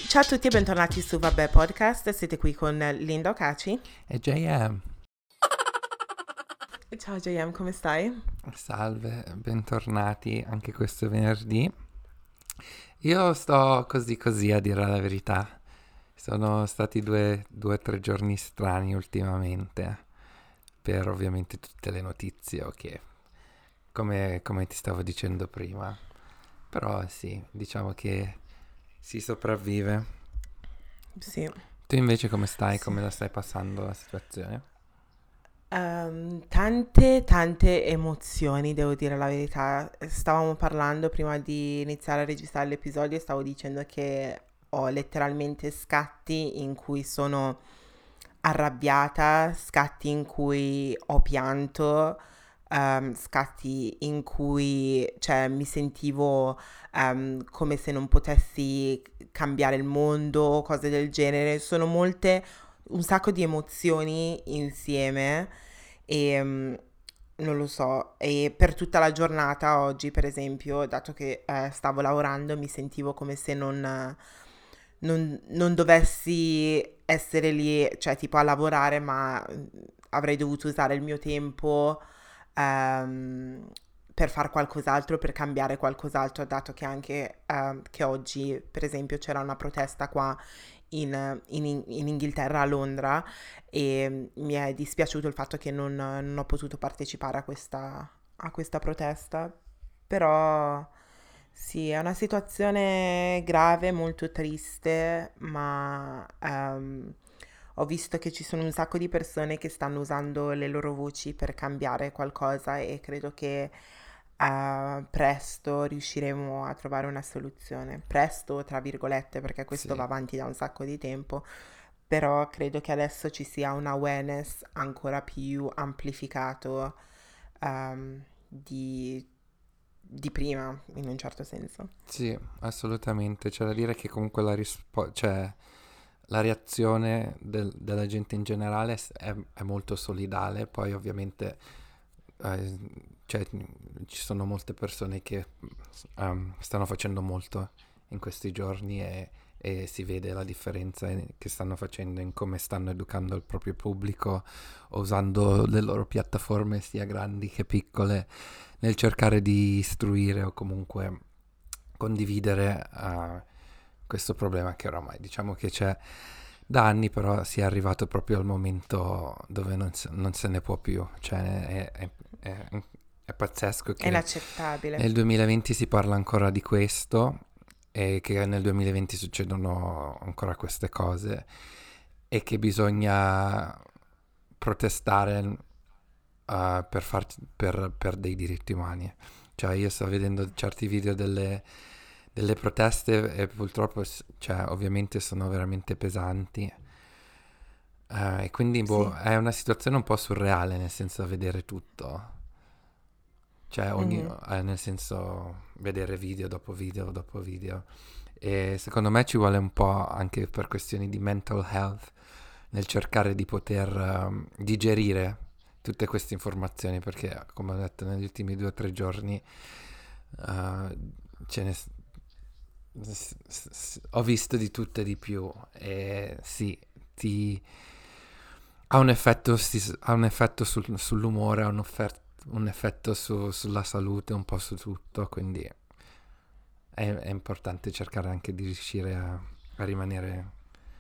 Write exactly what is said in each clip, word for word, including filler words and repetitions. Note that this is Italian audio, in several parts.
Ciao a tutti e bentornati su Vabbè Podcast, siete qui con Linda Ocaci e J M. Ciao J M, come stai? Salve, bentornati anche questo venerdì. Io sto così così a dire la verità. Sono stati due o tre giorni strani ultimamente, per ovviamente tutte le notizie, ok, come, come ti stavo dicendo prima. Però sì, diciamo che si sopravvive. Sì. Tu invece come stai? Sì. Come la stai passando la situazione? Um, tante, tante emozioni, devo dire la verità. Stavamo parlando prima di iniziare a registrare l'episodio e stavo dicendo che ho letteralmente scatti in cui sono arrabbiata, scatti in cui ho pianto, um, scatti in cui cioè, mi sentivo um, come se non potessi cambiare il mondo, cose del genere. Sono molte, un sacco di emozioni insieme e um, non lo so, e per tutta la giornata oggi, per esempio, dato che eh, stavo lavorando, mi sentivo come se non, non, non dovessi essere lì, cioè tipo a lavorare, ma avrei dovuto usare il mio tempo ehm, per fare qualcos'altro, per cambiare qualcos'altro, dato che anche ehm, che oggi, per esempio, c'era una protesta qua in, in- in Inghilterra, a Londra, e mi è dispiaciuto il fatto che non, non ho potuto partecipare a questa, a questa protesta, però sì, è una situazione grave, molto triste, ma ehm, ho visto che ci sono un sacco di persone che stanno usando le loro voci per cambiare qualcosa e credo che eh, presto riusciremo a trovare una soluzione. Presto, tra virgolette, perché questo va Sì. avanti da un sacco di tempo, però credo che adesso ci sia un awareness ancora più amplificato ehm, di, di prima, in un certo senso. Sì, assolutamente. C'è da dire che comunque la, rispo- cioè, la reazione del- della gente in generale s- è, è molto solidale. Poi ovviamente eh, cioè, ci sono molte persone che ehm, stanno facendo molto in questi giorni e, e si vede la differenza in- che stanno facendo in come stanno educando il proprio pubblico, usando le loro piattaforme sia grandi che piccole nel cercare di istruire o comunque condividere uh, questo problema che oramai diciamo che c'è da anni, però si è arrivato proprio al momento dove non se, non se ne può più. Cioè è, è, è, è pazzesco È che inaccettabile. nel duemilaventi si parla ancora di questo e che nel duemilaventi succedono ancora queste cose e che bisogna protestare uh, per, far, per, per dei diritti umani. Cioè io sto vedendo certi video delle, delle proteste e purtroppo, cioè, ovviamente sono veramente pesanti. Uh, e quindi boh, Sì. è una situazione un po' surreale, nel senso vedere tutto. Cioè, ogni, Mhm. eh, nel senso, vedere video dopo video dopo video. E secondo me ci vuole un po' anche per questioni di mental health nel cercare di poter um, digerire tutte queste informazioni, perché come ho detto negli ultimi due o tre giorni uh, ce ne s- s- s- ho visto di tutto e di più e sì, ti ha un effetto, si- ha un effetto sul- sull'umore, ha un, offer- un effetto su- sulla salute, un po' su tutto, quindi è, è importante cercare anche di riuscire a, a rimanere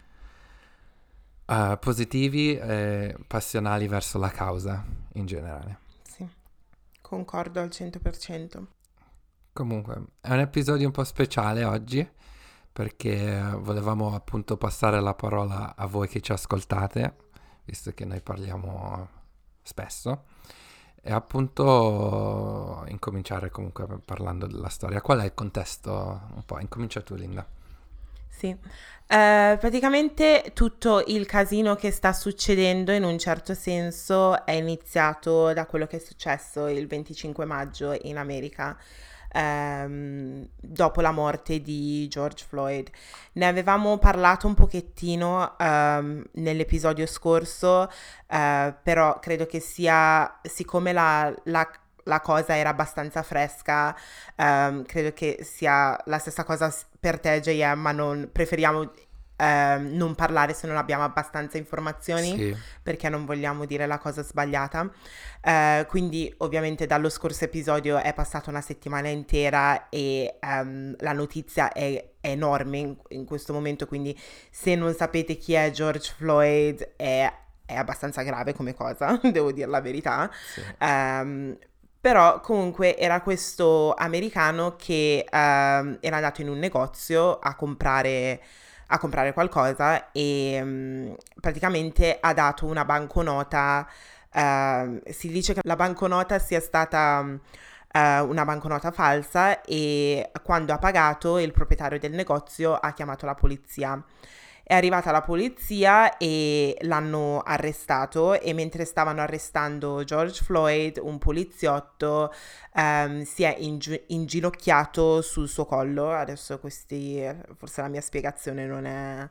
uh, positivi e passionali verso la causa in generale. Sì, concordo al cento per cento. Comunque, è un episodio un po' speciale oggi perché volevamo appunto passare la parola a voi che ci ascoltate, visto che noi parliamo spesso, e appunto incominciare comunque parlando della storia. Qual è il contesto? Un po', incomincia tu, Linda. Sì. Eh, praticamente tutto il casino che sta succedendo in un certo senso è iniziato da quello che è successo il venticinque maggio in America, ehm, dopo la morte di George Floyd. Ne avevamo parlato un pochettino ehm, nell'episodio scorso, eh, però credo che sia, siccome la, la la cosa era abbastanza fresca. Ehm, credo che sia la stessa cosa s- per te, J M, ma non preferiamo ehm, non parlare se non abbiamo abbastanza informazioni, Sì, perché non vogliamo dire la cosa sbagliata. Eh, quindi ovviamente dallo scorso episodio è passata una settimana intera e ehm, la notizia è, è enorme in, in questo momento, quindi se non sapete chi è George Floyd è, è abbastanza grave come cosa, devo dire la verità. sì, Ehm, Però comunque era questo americano che ehm, era andato in un negozio a comprare, a comprare qualcosa e mm, praticamente ha dato una banconota. Ehm, si dice che la banconota sia stata mm, eh, una banconota falsa e quando ha pagato il proprietario del negozio ha chiamato la polizia. È arrivata la polizia e l'hanno arrestato e mentre stavano arrestando George Floyd, un poliziotto ehm, si è ingi- inginocchiato sul suo collo. Adesso questi, forse la mia spiegazione non è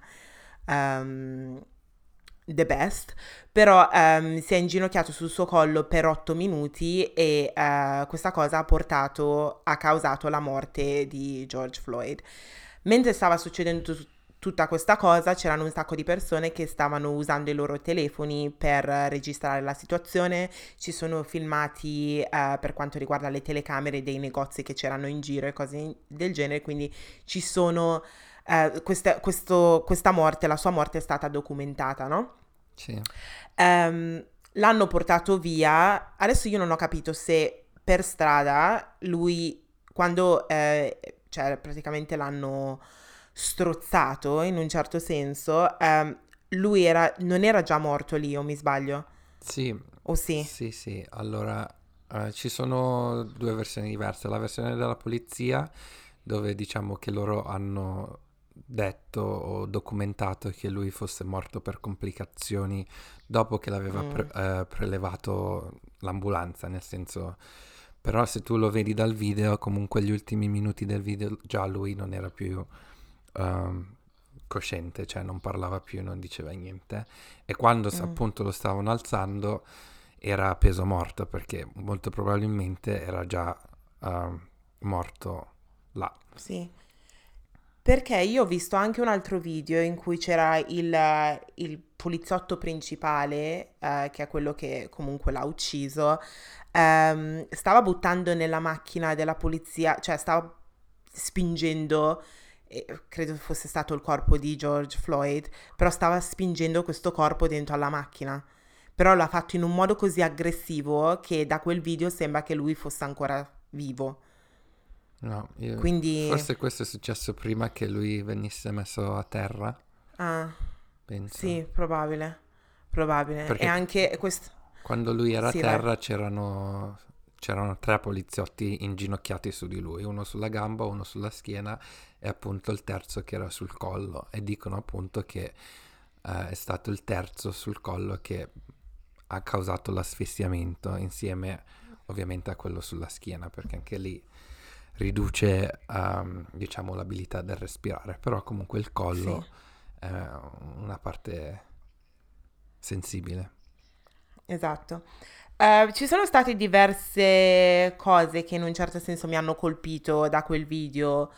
ehm, the best, però ehm, si è inginocchiato sul suo collo per otto minuti e eh, questa cosa ha portato, ha causato la morte di George Floyd. Mentre stava succedendo tut- tutta questa cosa, c'erano un sacco di persone che stavano usando i loro telefoni per eh, registrare la situazione. Ci sono filmati eh, per quanto riguarda le telecamere dei negozi che c'erano in giro e cose in- del genere, quindi ci sono eh, questa, questo- questa morte, la sua morte è stata documentata, no? sì. Ehm, L'hanno portato via. Adesso io non ho capito se per strada lui, quando eh, cioè praticamente l'hanno strozzato in un certo senso, ehm, lui era, non era già morto lì, o mi sbaglio? Sì, O sì? sì, sì. Allora, eh, ci sono due versioni diverse. La versione della polizia, dove diciamo che loro hanno detto o documentato che lui fosse morto per complicazioni dopo che l'aveva pre- Mm, eh, prelevato l'ambulanza, nel senso. Però se tu lo vedi dal video, comunque gli ultimi minuti del video già lui non era più ehm, cosciente, cioè non parlava più, non diceva niente. E quando s- mm, appunto lo stavano alzando era a peso morto perché molto probabilmente era già ehm, morto là. sì. Perché io ho visto anche un altro video in cui c'era il, il poliziotto principale, eh, che è quello che comunque l'ha ucciso, ehm, stava buttando nella macchina della polizia, cioè stava spingendo, eh, credo fosse stato il corpo di George Floyd, però stava spingendo questo corpo dentro alla macchina. Però l'ha fatto in un modo così aggressivo che da quel video sembra che lui fosse ancora vivo. No, io- Quindi, forse questo è successo prima che lui venisse messo a terra, ah, penso. sì, probabile, probabile. E Perché anche questo, quando lui era a sì, vai. terra c'erano, c'erano tre poliziotti inginocchiati su di lui, uno sulla gamba, uno sulla schiena e appunto il terzo che era sul collo. E dicono appunto che eh, è stato il terzo sul collo che ha causato l'asfissiamento insieme ovviamente a quello sulla schiena, perché anche lì riduce ehm, diciamo l'abilità del respirare, però comunque il Sì, collo è una parte sensibile. esatto. Eh, ci sono state diverse cose che in un certo senso mi hanno colpito da quel video.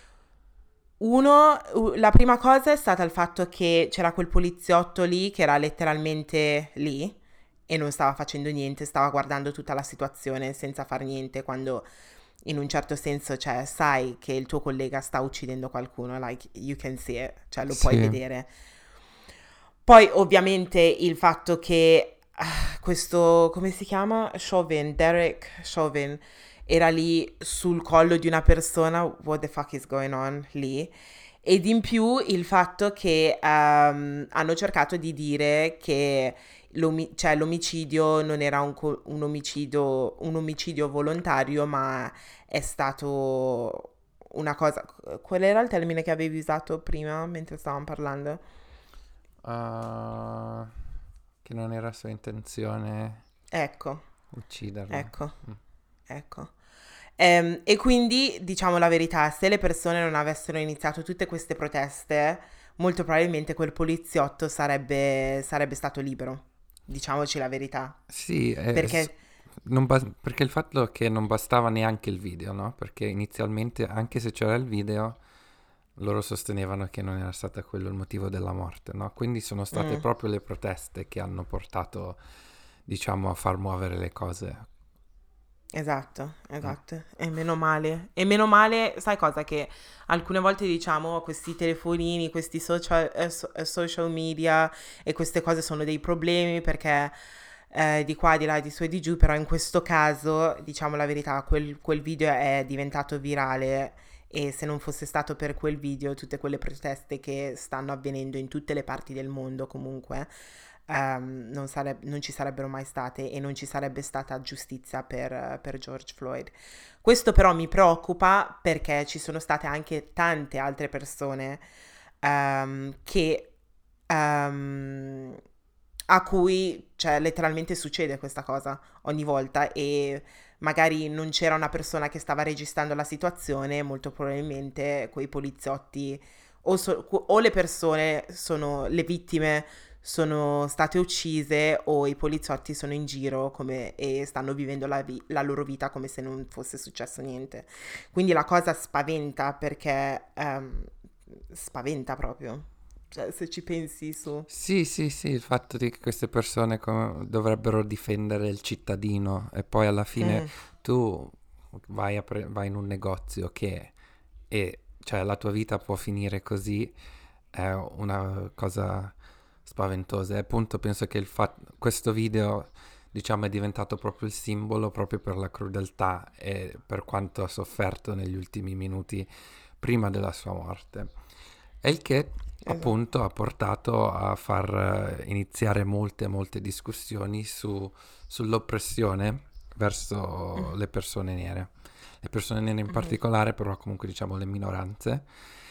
Uno, u- la prima cosa è stata il fatto che c'era quel poliziotto lì che era letteralmente lì e non stava facendo niente, stava guardando tutta la situazione senza far niente, quando in un certo senso, cioè, sai che il tuo collega sta uccidendo qualcuno, like, you can see it, cioè, lo puoi Sì, vedere. Poi, ovviamente, il fatto che ah, questo, come si chiama? Chauvin, Derek Chauvin, era lì sul collo di una persona, what the fuck is going on lì? Ed in più il fatto che ehm, hanno cercato di dire che l'omi- cioè, l'omicidio non era un, co- un omicidio, un omicidio volontario, ma è stato una cosa. Qual era il termine che avevi usato prima mentre stavamo parlando? uh, che non era sua intenzione Ecco, ucciderlo. ecco, Mm. ecco. Ehm, e quindi, diciamo la verità, se le persone non avessero iniziato tutte queste proteste, molto probabilmente quel poliziotto sarebbe, sarebbe stato libero. Diciamoci la verità. Sì, è- s- Perché, non bas- perché il fatto è che non bastava neanche il video, no? Perché inizialmente, anche se c'era il video, loro sostenevano che non era stato quello il motivo della morte, no? Quindi sono state Mm. proprio le proteste che hanno portato, diciamo, a far muovere le cose. Esatto, Mm. esatto, e meno male. E meno male, sai cosa? Che alcune volte diciamo questi telefonini, questi social, eh, so- eh, social media e queste cose sono dei problemi perché eh, di qua, di là, di su e di giù, però in questo caso, diciamo la verità, quel, quel video è diventato virale e se non fosse stato per quel video, tutte quelle proteste che stanno avvenendo in tutte le parti del mondo comunque, ehm, non, sareb- non ci sarebbero mai state e non ci sarebbe stata giustizia per, per George Floyd. Questo però mi preoccupa perché ci sono state anche tante altre persone ehm, che ehm, a cui, cioè, letteralmente succede questa cosa ogni volta e magari non c'era una persona che stava registrando la situazione, molto probabilmente quei poliziotti o, so- o le persone sono le vittime sono state uccise o i poliziotti sono in giro come- e stanno vivendo la, vi- la loro vita come se non fosse successo niente. Quindi la cosa spaventa perché ehm, spaventa proprio. Cioè, se ci pensi su. Sì, sì, sì, il fatto di che queste persone co- dovrebbero difendere il cittadino e poi alla fine Mm, tu vai, a pre- vai in un negozio che e cioè la tua vita può finire così è una cosa spaventosa e appunto penso che il fatto questo video diciamo è diventato proprio il simbolo proprio per la crudeltà e per quanto ha sofferto negli ultimi minuti prima della sua morte. E il che esatto. appunto ha portato a far eh, iniziare molte molte discussioni su, sull'oppressione Mm, verso le persone nere. Le persone nere in mhm, particolare, però comunque diciamo le minoranze.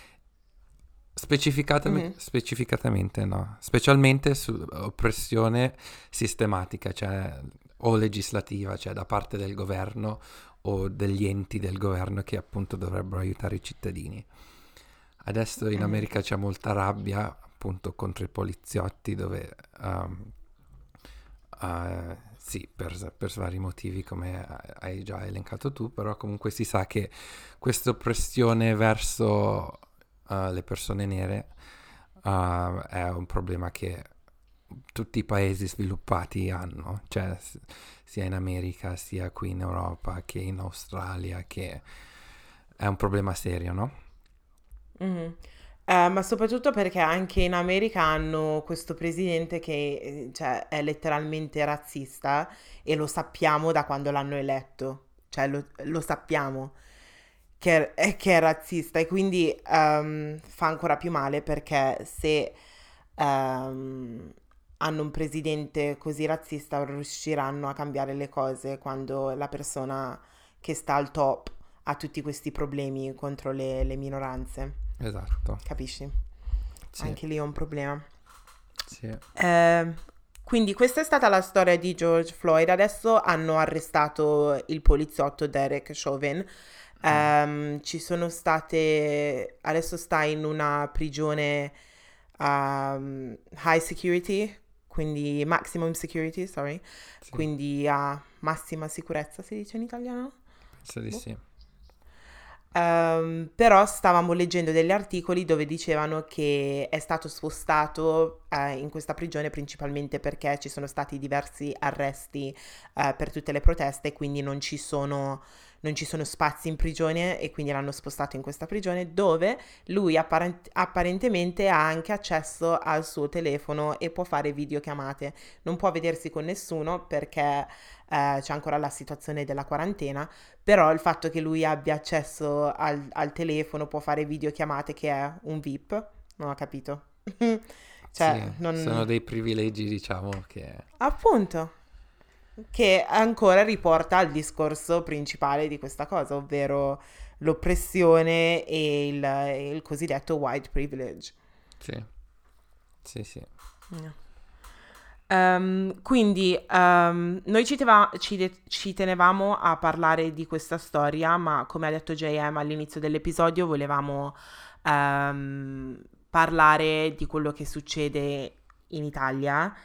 Specificatamente, mhm, specificatamente no, specialmente su oppressione sistematica, cioè o legislativa, cioè da parte del governo o degli enti del governo che appunto dovrebbero aiutare i cittadini. Adesso in mhm, America c'è molta rabbia appunto contro i poliziotti dove um, uh, sì, per, per vari motivi come hai già elencato tu, però comunque si sa che questa oppressione verso uh, le persone nere uh, è un problema che tutti i paesi sviluppati hanno, cioè s- sia in America, sia qui in Europa, che in Australia, che è un problema serio, no? mhm. Eh, ma soprattutto perché anche in America hanno questo presidente che eh, cioè, è letteralmente razzista e lo sappiamo da quando l'hanno eletto, cioè lo, lo sappiamo che è, che è razzista e quindi ehm, fa ancora più male perché se ehm, hanno un presidente così razzista riusciranno a cambiare le cose quando la persona che sta al top ha tutti questi problemi contro le, le minoranze. Esatto, Capisci? sì, Anche lì è un problema. sì. Eh, quindi questa è stata la storia di George Floyd. Adesso hanno arrestato il poliziotto Derek Chauvin. Mm, Ehm, ci sono state... Adesso sta in una prigione um, high security, quindi maximum security, sorry, sì, quindi a massima sicurezza si dice in italiano? penso di Boh. sì. Ehm, però stavamo leggendo degli articoli dove dicevano che è stato spostato eh, in questa prigione principalmente perché ci sono stati diversi arresti eh, per tutte le proteste, quindi non ci sono, non ci sono spazi in prigione e quindi l'hanno spostato in questa prigione dove lui apparent- apparentemente ha anche accesso al suo telefono e può fare videochiamate. Non può vedersi con nessuno perché eh, c'è ancora la situazione della quarantena, però il fatto che lui abbia accesso al, al telefono, può fare videochiamate, che è un V I P, non ho capito. Cioè, Sì, sono non... dei privilegi, diciamo, che... Appunto, che ancora riporta al discorso principale di questa cosa, ovvero l'oppressione e il, il cosiddetto white privilege. Sì, sì, sì. Mm. Ehm, quindi ehm, noi ci, teva- ci de- ci tenevamo a parlare di questa storia, ma come ha detto J M all'inizio dell'episodio, volevamo ehm, parlare di quello che succede in Italia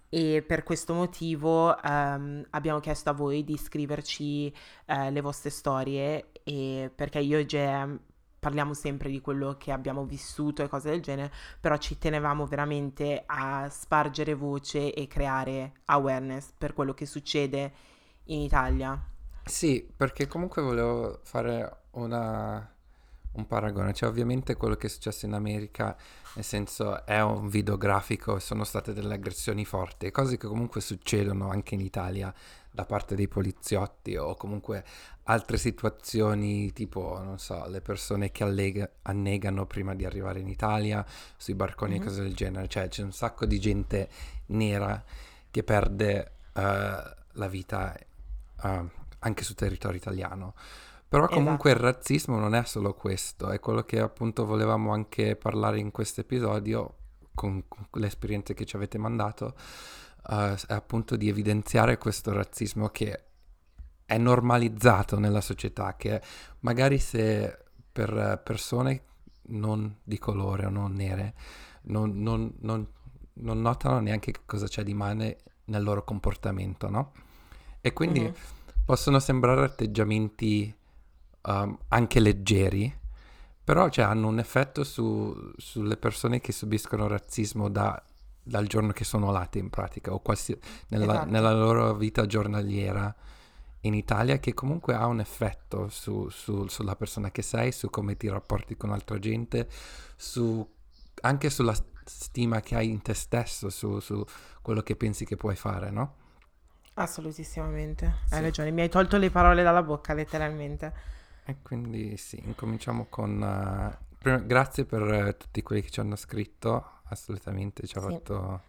e per questo motivo ehm, abbiamo chiesto a voi di scriverci eh, le vostre storie e perché io e Gem parliamo sempre di quello che abbiamo vissuto e cose del genere, però ci tenevamo veramente a spargere voce e creare awareness per quello che succede in Italia. Sì, perché comunque volevo fare una, un paragone. Cioè, ovviamente quello che è successo in America, nel senso, è un videografico e sono state delle aggressioni forti, cose che comunque succedono anche in Italia da parte dei poliziotti o comunque altre situazioni tipo, non so, le persone che allega- annegano prima di arrivare in Italia, sui barconi e Mhm. cose del genere. Cioè, c'è un sacco di gente nera che perde eh, la vita eh, anche sul territorio italiano. Però comunque il Esatto. razzismo non è solo questo, è quello che appunto volevamo anche parlare in questo episodio con, con le esperienze che ci avete mandato, eh, è appunto di evidenziare questo razzismo che è normalizzato nella società, che magari se per persone non di colore o non nere non, non- non- non notano neanche che cosa c'è di male nel loro comportamento, no? E quindi Mhm. possono sembrare atteggiamenti um, anche leggeri, però cioè, hanno un effetto su- sulle persone che subiscono razzismo da- dal giorno che sono nate in pratica o qualsi- nella, Esatto. nella loro vita giornaliera in Italia che comunque ha un effetto su- su- sulla persona che sei, su come ti rapporti con altra gente, su- anche sulla stima che hai in te stesso, su, su quello che pensi che puoi fare, no? Assolutissimamente. Hai Sì. ragione, mi hai tolto le parole dalla bocca, letteralmente. E quindi sì, incominciamo con... eh, prima- grazie per eh, tutti quelli che ci hanno scritto, assolutamente ci ha Sì. fatto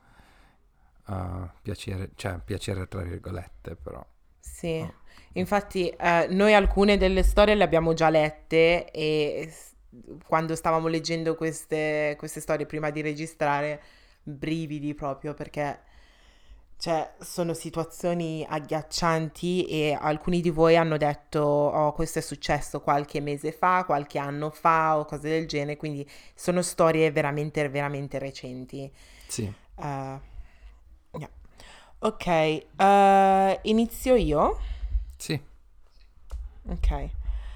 eh, piacere, cioè piacere tra virgolette, però... Sì, oh, infatti eh, noi alcune delle storie le abbiamo già lette e s- quando stavamo leggendo queste, queste storie prima di registrare, brividi proprio perché cioè, sono situazioni agghiaccianti e alcuni di voi hanno detto, oh, questo è successo qualche mese fa, qualche anno fa o cose del genere, quindi sono storie veramente, veramente recenti. sì, Eh, yeah. Ok, eh, inizio io. sì, Ok.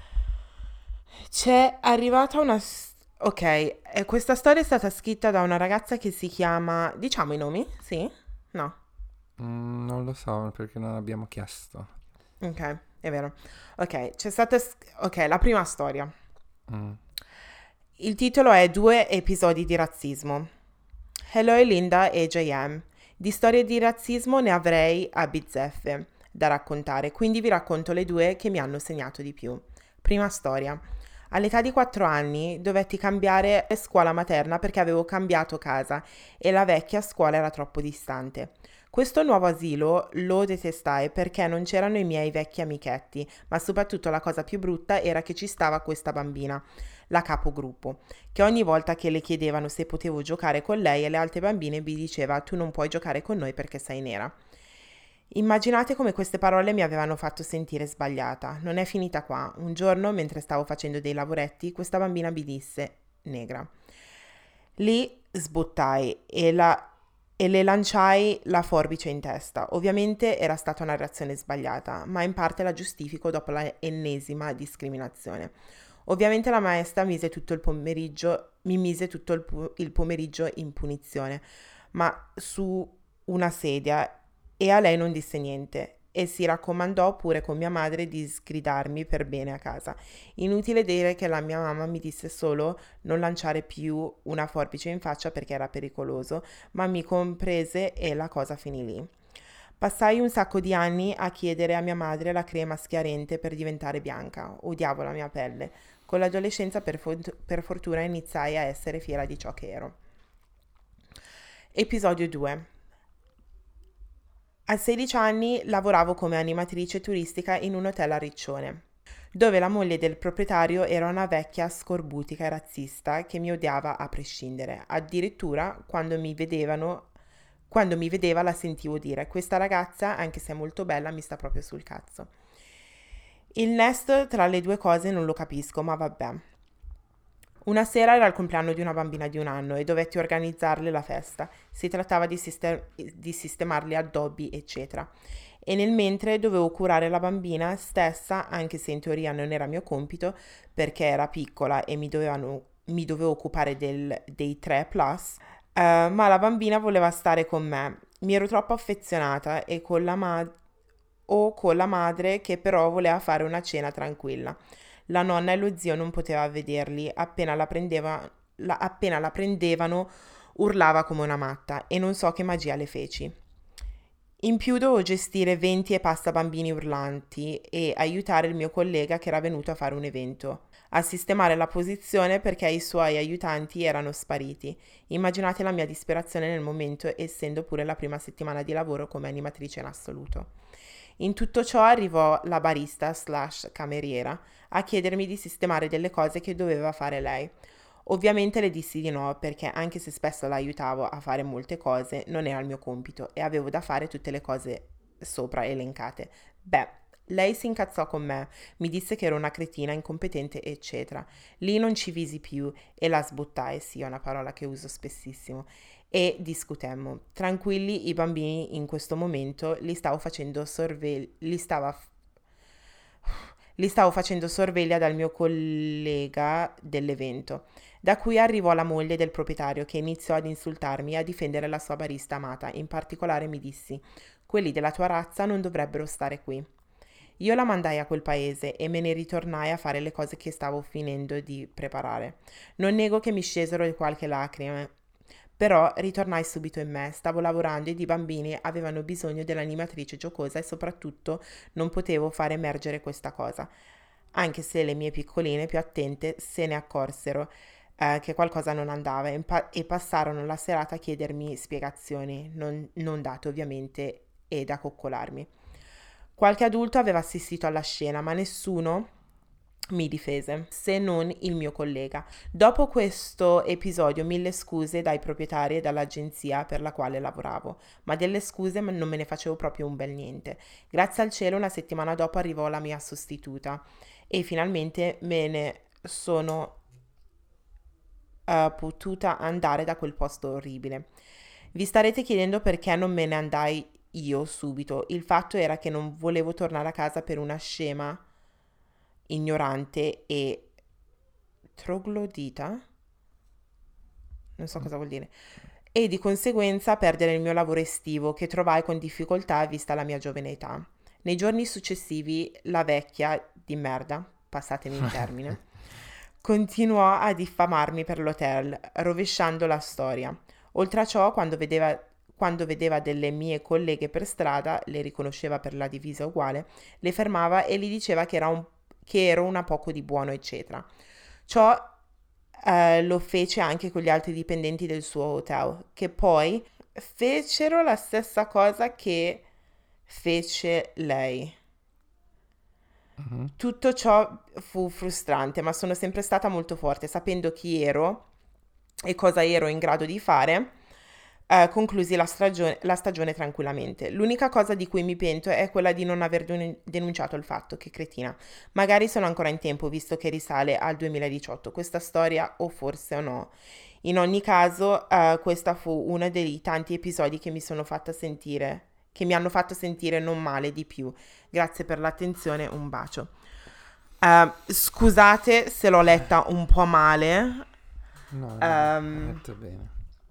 C'è arrivata una... s- Ok, e questa storia è stata scritta da una ragazza che si chiama... Diciamo i nomi? Sì? No. Mm, non lo so perché non abbiamo chiesto. Ok, è vero. Ok, c'è stata... s- Ok, la prima storia. Mm, Il titolo è Due episodi di razzismo. Hello Linda e J M. Di storie di razzismo ne avrei a bizzeffe da raccontare, quindi vi racconto le due che mi hanno segnato di più. Prima storia. All'età di quattro anni dovetti cambiare scuola materna perché avevo cambiato casa e la vecchia scuola era troppo distante. Questo nuovo asilo lo detestai perché non c'erano i miei vecchi amichetti, ma soprattutto la cosa più brutta era che ci stava questa bambina, la capogruppo, che ogni volta che le chiedevano se potevo giocare con lei e le altre bambine mi diceva tu non puoi giocare con noi perché sei nera. Immaginate come queste parole mi avevano fatto sentire sbagliata. Non è finita qua. Un giorno, mentre stavo facendo dei lavoretti, questa bambina mi disse negra. Lì sbottai e, la- e le lanciai la forbice in testa. Ovviamente era stata una reazione sbagliata, ma in parte la giustifico dopo la ennesima discriminazione. Ovviamente la maestra mise tutto il pomeriggio, mi mise tutto il, pu- il pomeriggio in punizione, ma su una sedia e a lei non disse niente e si raccomandò pure con mia madre di sgridarmi per bene a casa. Inutile dire che la mia mamma mi disse solo non lanciare più una forbice in faccia perché era pericoloso, ma mi comprese e la cosa finì lì. Passai un sacco di anni a chiedere a mia madre la crema schiarente per diventare bianca. Odiavo la mia pelle. Con l'adolescenza per, fort- per fortuna iniziai a essere fiera di ciò che ero. Episodio due. A sedici anni lavoravo come animatrice turistica in un hotel a Riccione, dove la moglie del proprietario era una vecchia scorbutica e razzista che mi odiava a prescindere. Addirittura quando mi vedevano, quando mi vedeva la sentivo dire: questa ragazza, anche se è molto bella, mi sta proprio sul cazzo. Il nesto tra le due cose non lo capisco, ma vabbè. Una sera era il compleanno di una bambina di un anno e dovetti organizzarle la festa. Si trattava di, siste- di sistemarle addobbi, eccetera. E nel mentre dovevo curare la bambina stessa, anche se in teoria non era mio compito, perché era piccola e mi, dovevano- mi dovevo occupare del- dei tre plus, eh, ma la bambina voleva stare con me. Mi ero troppo affezionata e con la ma- o con la madre che però voleva fare una cena tranquilla. La nonna e lo zio non poteva vederli, appena la prendeva- la- appena la prendevano urlava come una matta e non so che magia le feci. In più dovevo gestire venti e passa bambini urlanti e aiutare il mio collega che era venuto a fare un evento, a sistemare la posizione perché i suoi aiutanti erano spariti. Immaginate la mia disperazione nel momento, essendo pure la prima settimana di lavoro come animatrice in assoluto. In tutto ciò arrivò la barista slash cameriera a chiedermi di sistemare delle cose che doveva fare lei. Ovviamente le dissi di no perché anche se spesso la aiutavo a fare molte cose, non era il mio compito e avevo da fare tutte le cose sopra elencate. Beh, lei si incazzò con me, mi disse che ero una cretina, incompetente, eccetera. Lì non ci visi più e la sbuttai, sì, è una parola che uso spessissimo, e discutemmo. Tranquilli, i bambini in questo momento li stavo facendo sorveglia, li stava li stavo facendo sorveglia dal mio collega dell'evento, da cui arrivò la moglie del proprietario che iniziò ad insultarmi e a difendere la sua barista amata. In particolare mi dissi: quelli della tua razza non dovrebbero stare qui. Io la mandai a quel paese e me ne ritornai a fare le cose che stavo finendo di preparare. Non nego che mi scesero qualche lacrime, però ritornai subito in me, stavo lavorando ed i bambini avevano bisogno dell'animatrice giocosa e soprattutto non potevo far emergere questa cosa, anche se le mie piccoline più attente se ne accorsero eh, che qualcosa non andava e, pa- e passarono la serata a chiedermi spiegazioni, non, non date ovviamente, ed a coccolarmi. Qualche adulto aveva assistito alla scena, ma nessuno mi difese, se non il mio collega. Dopo questo episodio, mille scuse dai proprietari e dall'agenzia per la quale lavoravo, ma delle scuse non me ne facevo proprio un bel niente. Grazie al cielo, una settimana dopo arrivò la mia sostituta e finalmente me ne sono eh, potuta andare da quel posto orribile. Vi starete chiedendo perché non me ne andai io subito. Il fatto era che non volevo tornare a casa per una scema ignorante e troglodita, non so cosa vuol dire, e di conseguenza perdere il mio lavoro estivo che trovai con difficoltà vista la mia giovane età. Nei giorni successivi la vecchia di merda, passatemi il termine, continuò a diffamarmi per l'hotel, rovesciando la storia. Oltre a ciò, quando vedeva, quando vedeva delle mie colleghe per strada, le riconosceva per la divisa uguale, le fermava e gli diceva che, era un, che ero una poco di buono, eccetera. Ciò eh, lo fece anche con gli altri dipendenti del suo hotel, che poi fecero la stessa cosa che fece lei. Mhm. Tutto ciò fu frustrante, ma sono sempre stata molto forte, sapendo chi ero e cosa ero in grado di fare. Eh, conclusi la, stagione, la stagione tranquillamente. L'unica cosa di cui mi pento è quella di non aver den- denunciato il fatto, che cretina. Magari sono ancora in tempo, visto che risale al duemiladiciotto questa storia, o forse o no. In ogni caso, eh, questa fu uno dei tanti episodi che mi sono fatta sentire, che mi hanno fatto sentire non male di più. Grazie per l'attenzione, un bacio. Eh, scusate se l'ho letta un po' male. No, no, hai Ehm, detto bene.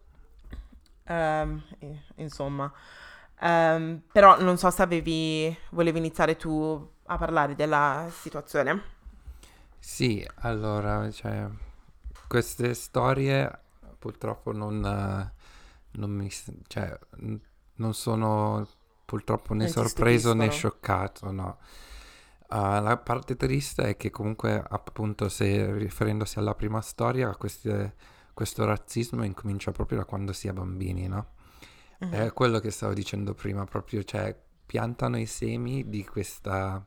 ehm, eh, insomma, Ehm, però non so se avevi, volevi iniziare tu a parlare della situazione. Sì, allora, cioè, queste storie purtroppo non, eh, non mi, s- cioè, n- non sono purtroppo né Non ti sorpreso né stupiscono. scioccato, no. Ah, la parte triste è che comunque, appunto, se riferendosi alla prima storia, queste- questo razzismo incomincia proprio da quando si è bambini, no? Mhm, È quello che stavo dicendo prima, proprio, cioè, piantano i semi di questa,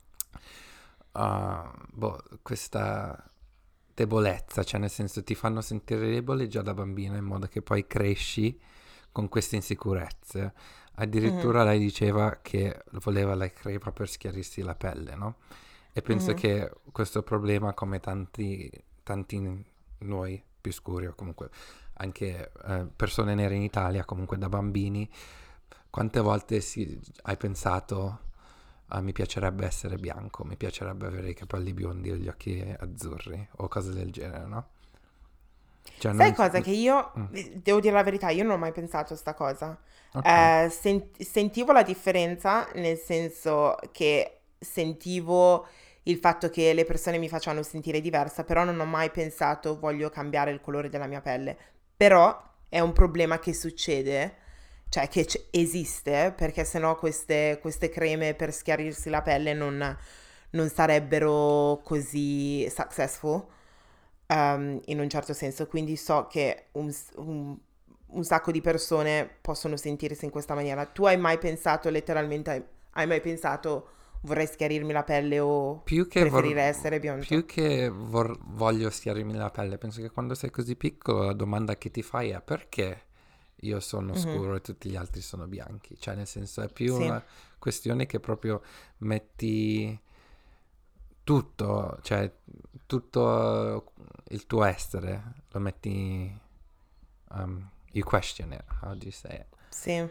ah, boh, questa debolezza, cioè nel senso ti fanno sentire debole già da bambina in modo che poi cresci con queste insicurezze. mhm, Addirittura lei diceva che voleva la crepa per schiarirsi la pelle, no? E penso mhm, che questo problema, come tanti, tanti noi più scuri o comunque anche eh, persone nere in Italia, comunque da bambini, quante volte si, hai pensato ah, mi piacerebbe essere bianco, mi piacerebbe avere i capelli biondi o gli occhi azzurri o cose del genere, no? Cioè Sai non... cosa che io, mm, devo dire la verità, io non ho mai pensato a sta cosa. ok, Eh, sen- sentivo la differenza, nel senso che sentivo il fatto che le persone mi facevano sentire diversa, però non ho mai pensato voglio cambiare il colore della mia pelle. Però è un problema che succede, cioè che c- esiste, perché sennò queste, queste creme per schiarirsi la pelle non, non sarebbero così successful, ehm, in un certo senso. Quindi so che un, s- un- un sacco di persone possono sentirsi in questa maniera. Tu hai mai pensato, letteralmente, hai, hai mai pensato vorrei schiarirmi la pelle o più che, vor- preferire essere più biondo? che vor- voglio schiarirmi la pelle, penso che quando sei così piccolo la domanda che ti fai è perché io sono Mhm. scuro e tutti gli altri sono bianchi, cioè nel senso è più Sì, una questione che proprio metti tutto, cioè tutto il tuo essere, lo metti, um, you question it, how do you say it? sì,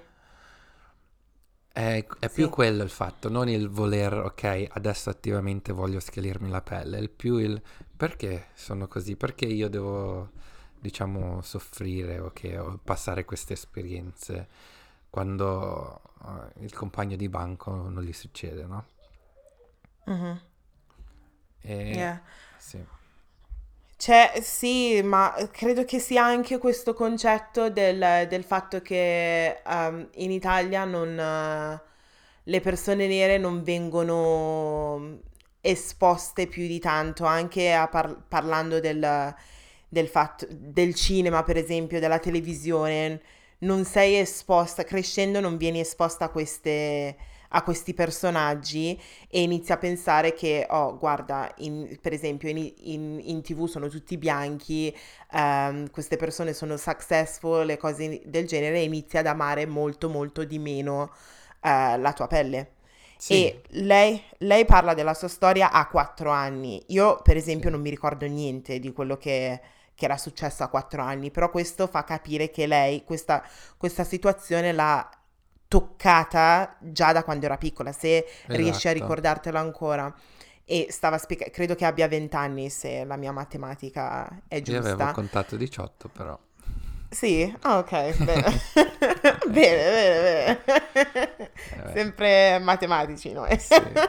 È, è più sì. quello il fatto, non il voler, ok, adesso attivamente voglio schiarirmi la pelle, è più il perché sono così, perché io devo, diciamo, soffrire o che o passare queste esperienze quando eh, il compagno di banco non gli succede, no? Mhm. E Yeah. sì, C'è, sì, ma credo che sia anche questo concetto del, del fatto che ehm, in Italia non, eh, le persone nere non vengono esposte più di tanto, anche a par- parlando del, del fatto del cinema, per esempio, della televisione, non sei esposta, crescendo non vieni esposta a queste, a questi personaggi e inizi a pensare che, oh, guarda, in- per esempio in, in- in T V sono tutti bianchi, ehm, queste persone sono successful e cose del genere, e inizi ad amare molto molto di meno eh, la tua pelle. sì, E lei, lei parla della sua storia a quattro anni. Io, per esempio, sì, non mi ricordo niente di quello che, che era successo a quattro anni, però questo fa capire che lei questa, questa situazione l'ha toccata già da quando era piccola, se riesci a esatto. ricordartelo ancora. E stava spiegando, credo che abbia venti anni se la mia matematica è Io avevo giusta. contato diciotto però. Sì, ah, ok, bene. Bene, bene, bene. Eh, Sempre matematici noi. sì,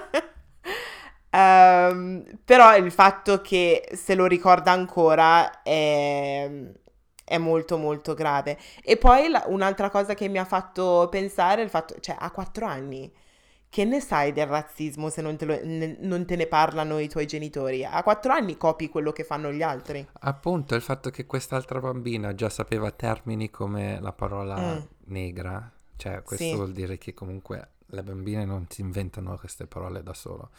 Ehm, però il fatto che se lo ricorda ancora è, è molto molto grave. E poi la- un'altra cosa che mi ha fatto pensare è il fatto, cioè a quattro anni, che ne sai del razzismo se non te, lo- ne- non te ne parlano i tuoi genitori? A quattro anni copi quello che fanno gli altri. appunto il fatto che quest'altra bambina già sapeva termini come la parola Mm, negra, cioè questo sì, vuol dire che comunque le bambine non si inventano queste parole da solo.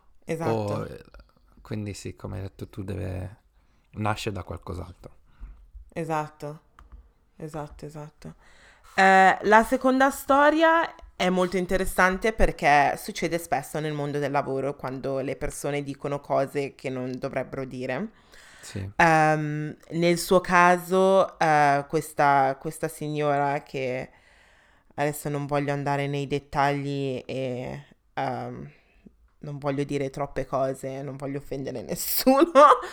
O, esatto. eh, quindi sì, come hai detto tu, deve... nasce da qualcos'altro. Esatto, esatto, esatto. Eh, la seconda storia è molto interessante perché succede spesso nel mondo del lavoro quando le persone dicono cose che non dovrebbero dire. Sì, Ehm, nel suo caso, eh, questa, questa signora che adesso non voglio andare nei dettagli e ehm, non voglio dire troppe cose, non voglio offendere nessuno,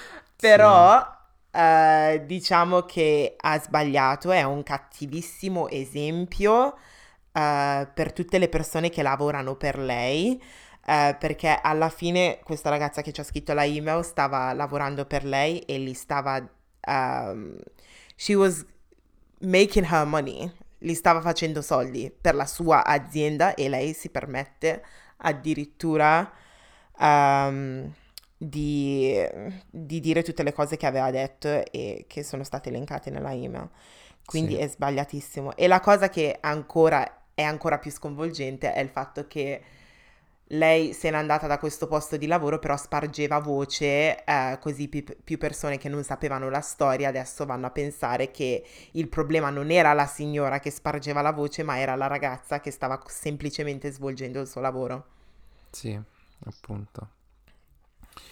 sì, però eh, diciamo che ha sbagliato, è un cattivissimo esempio eh, per tutte le persone che lavorano per lei, eh, perché alla fine questa ragazza che ci ha scritto la email stava lavorando per lei e gli stava... ehm, she was making her money, gli stava facendo soldi per la sua azienda e lei si permette addirittura ehm, di, di dire tutte le cose che aveva detto e che sono state elencate nella email. Quindi sì, è sbagliatissimo. E la cosa che ancora è ancora più sconvolgente è il fatto che lei se n'è andata da questo posto di lavoro, però spargeva voce, eh, così più, più persone che non sapevano la storia adesso vanno a pensare che il problema non era la signora che spargeva la voce, ma era la ragazza che stava semplicemente svolgendo il suo lavoro. sì, appunto.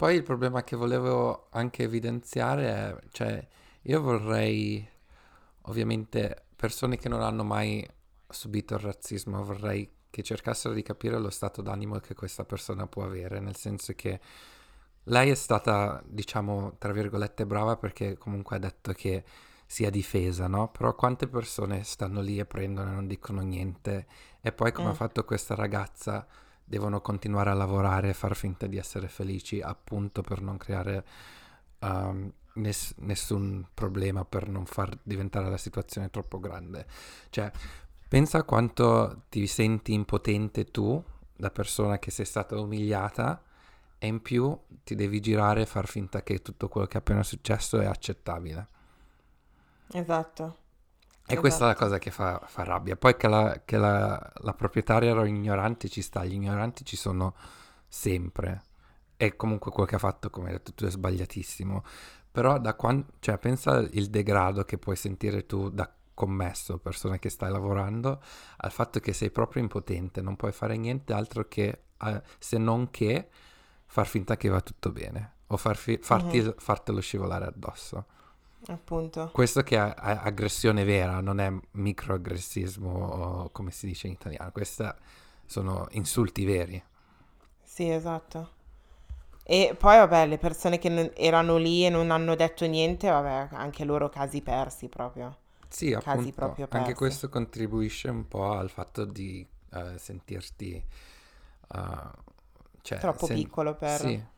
Poi il problema che volevo anche evidenziare è, cioè, io vorrei, ovviamente, persone che non hanno mai subito il razzismo, vorrei che cercassero di capire lo stato d'animo che questa persona può avere, nel senso che lei è stata, diciamo, tra virgolette, brava perché comunque ha detto che sia difesa, no? Però quante persone stanno lì e prendono e non dicono niente e poi come ha Mm, fatto questa ragazza devono continuare a lavorare e far finta di essere felici appunto per non creare um, ness- nessun problema, per non far diventare la situazione troppo grande. Cioè, pensa a quanto ti senti impotente tu, da persona che sei stata umiliata, e in più ti devi girare e far finta che tutto quello che è appena successo è accettabile. esatto, E questa è la esatto. cosa che fa, fa rabbia. Poi che, la, che la, la proprietaria era ignorante ci sta, gli ignoranti ci sono sempre. E comunque quello che ha fatto, come hai detto tu, è sbagliatissimo. Però da quando, cioè, pensa il degrado che puoi sentire tu da commesso, persona che stai lavorando, al fatto che sei proprio impotente, non puoi fare niente altro che, eh, se non che far finta che va tutto bene o far fi- Mhm, farti, fartelo scivolare addosso. appunto. Questo che è, è aggressione vera, non è microaggressismo o come si dice in italiano, questi sono insulti veri. Sì, esatto. E poi, vabbè, le persone che non- erano lì e non hanno detto niente, vabbè, anche loro casi persi proprio. Sì, Casi appunto, proprio anche persi. questo contribuisce un po' al fatto di eh, sentirti, eh, cioè, Troppo sen- piccolo per... sì,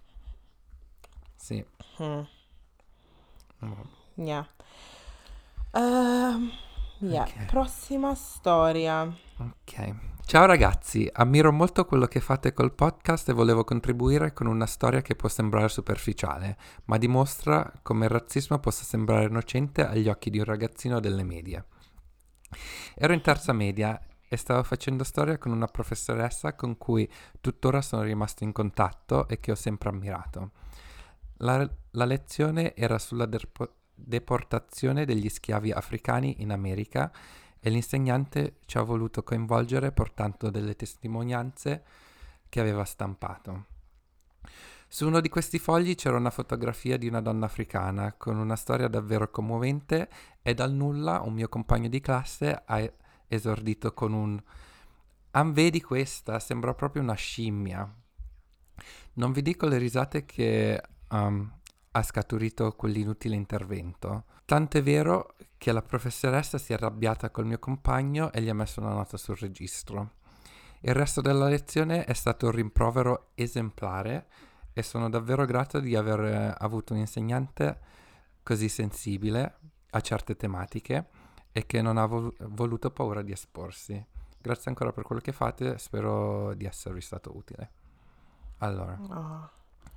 sì. Mm, Mm, yeah. Ehm, yeah. ok. Prossima storia. Ok. Ciao ragazzi, ammiro molto quello che fate col podcast e volevo contribuire con una storia che può sembrare superficiale, ma dimostra come il razzismo possa sembrare innocente agli occhi di un ragazzino delle medie. Ero in terza media e stavo facendo storia con una professoressa con cui tuttora sono rimasto in contatto e che ho sempre ammirato. La, la lezione era sulla derpo- deportazione degli schiavi africani in America e l'insegnante ci ha voluto coinvolgere portando delle testimonianze che aveva stampato. Su uno di questi fogli c'era una fotografia di una donna africana con una storia davvero commovente e dal nulla un mio compagno di classe ha esordito con un "Ah, vedi questa? Sembra proprio una scimmia". Non vi dico le risate che um, ha scaturito quell'inutile intervento. Tant'è vero che la professoressa si è arrabbiata col mio compagno e gli ha messo una nota sul registro. Il resto della lezione è stato un rimprovero esemplare e sono davvero grato di aver eh, avuto un insegnante così sensibile a certe tematiche e che non ha vol- voluto paura di esporsi. Grazie ancora per quello che fate, spero di esservi stato utile. Allora, Oh.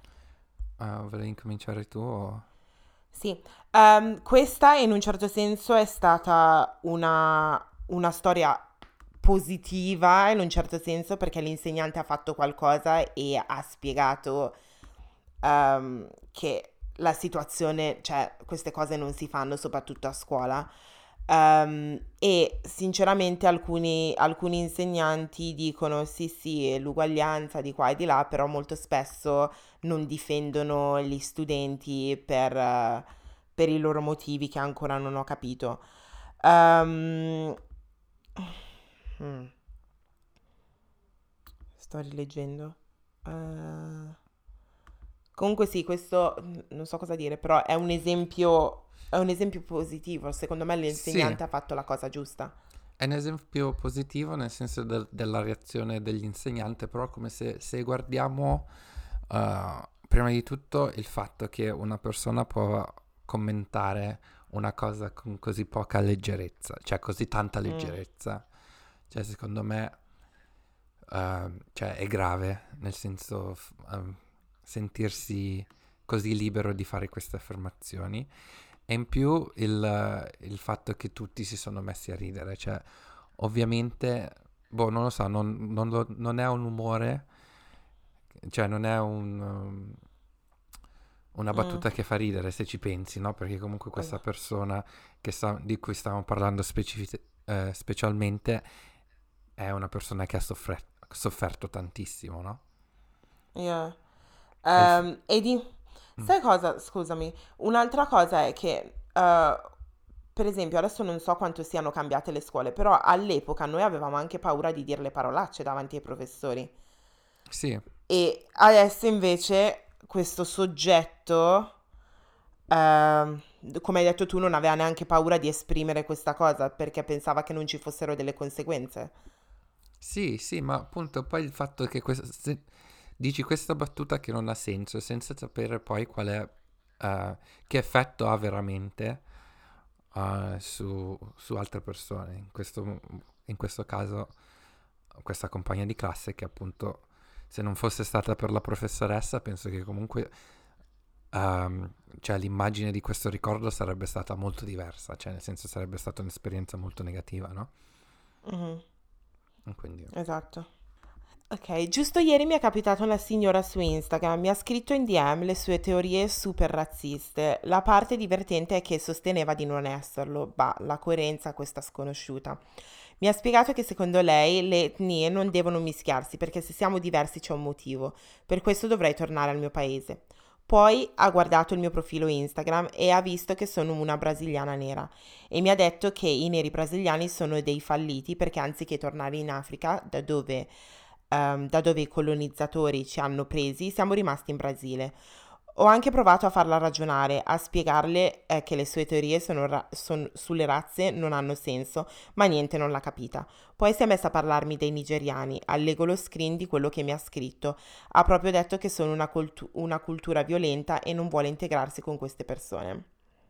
uh, volevi incominciare tu o... Sì, ehm, questa in un certo senso è stata una, una storia positiva in un certo senso perché l'insegnante ha fatto qualcosa e ha spiegato ehm, che la situazione, cioè queste cose non si fanno soprattutto a scuola. Ehm, e sinceramente alcuni, alcuni insegnanti dicono sì sì, è l'uguaglianza di qua e di là, però molto spesso non difendono gli studenti per, eh, per i loro motivi che ancora non ho capito. Ehm, mm, sto rileggendo. Eh, comunque sì, questo mm, non so cosa dire, però è un esempio, è un esempio positivo. Secondo me Sì, l'insegnante ha fatto la cosa giusta. è un esempio positivo nel senso del- della reazione dell'insegnante, però come se, se guardiamo uh, prima di tutto il fatto che una persona può commentare una cosa con così poca leggerezza, cioè così tanta Mm, leggerezza, cioè secondo me uh, cioè, è grave, nel senso f- um, sentirsi così libero di fare queste affermazioni. E in più il, il fatto che tutti si sono messi a ridere, cioè ovviamente, boh, non lo so, non, non lo- non è un umore, cioè non è un, um, una mm, battuta che fa ridere se ci pensi, no? Perché comunque questa esatto. persona che sta- di cui stiamo parlando specific- eh, specialmente è una persona che ha soffre- sofferto tantissimo, no? Yeah. Hai f- Ehm, e di... mm. Sai cosa? Scusami. Un'altra cosa è che, eh, per esempio, adesso non so quanto siano cambiate le scuole, però all'epoca noi avevamo anche paura di dire le parolacce davanti ai professori. Sì, E adesso invece questo soggetto, ehm, come hai detto tu, non aveva neanche paura di esprimere questa cosa perché pensava che non ci fossero delle conseguenze. sì, sì, ma appunto poi il fatto che questa, se- dici questa battuta che non ha senso senza sapere poi qual è, eh, che effetto ha veramente eh, su, su altre persone. In questo, in questo caso, questa compagna di classe che appunto, se non fosse stata per la professoressa, penso che comunque ehm, cioè, l'immagine di questo ricordo sarebbe stata molto diversa, cioè nel senso sarebbe stata un'esperienza molto negativa, no? Mhm, E quindi, esatto. Ok, giusto ieri mi è capitata una signora su Instagram, mi ha scritto in D M le sue teorie super razziste. La parte divertente è che sosteneva di non esserlo, bah, la coerenza a questa sconosciuta. Mi ha spiegato che secondo lei le etnie non devono mischiarsi perché se siamo diversi c'è un motivo, per questo dovrei tornare al mio paese. Poi ha guardato il mio profilo Instagram e ha visto che sono una brasiliana nera e mi ha detto che i neri brasiliani sono dei falliti perché anziché tornare in Africa, da dove ehm, da dove i colonizzatori ci hanno presi, siamo rimasti in Brasile. Ho anche provato a farla ragionare, a spiegarle eh, che le sue teorie sono ra- son- sulle razze non hanno senso, ma niente, non l'ha capita. Poi si è messa a parlarmi dei nigeriani, allego lo screen di quello che mi ha scritto. Ha proprio detto che sono una, cultu- una cultura violenta e non vuole integrarsi con queste persone.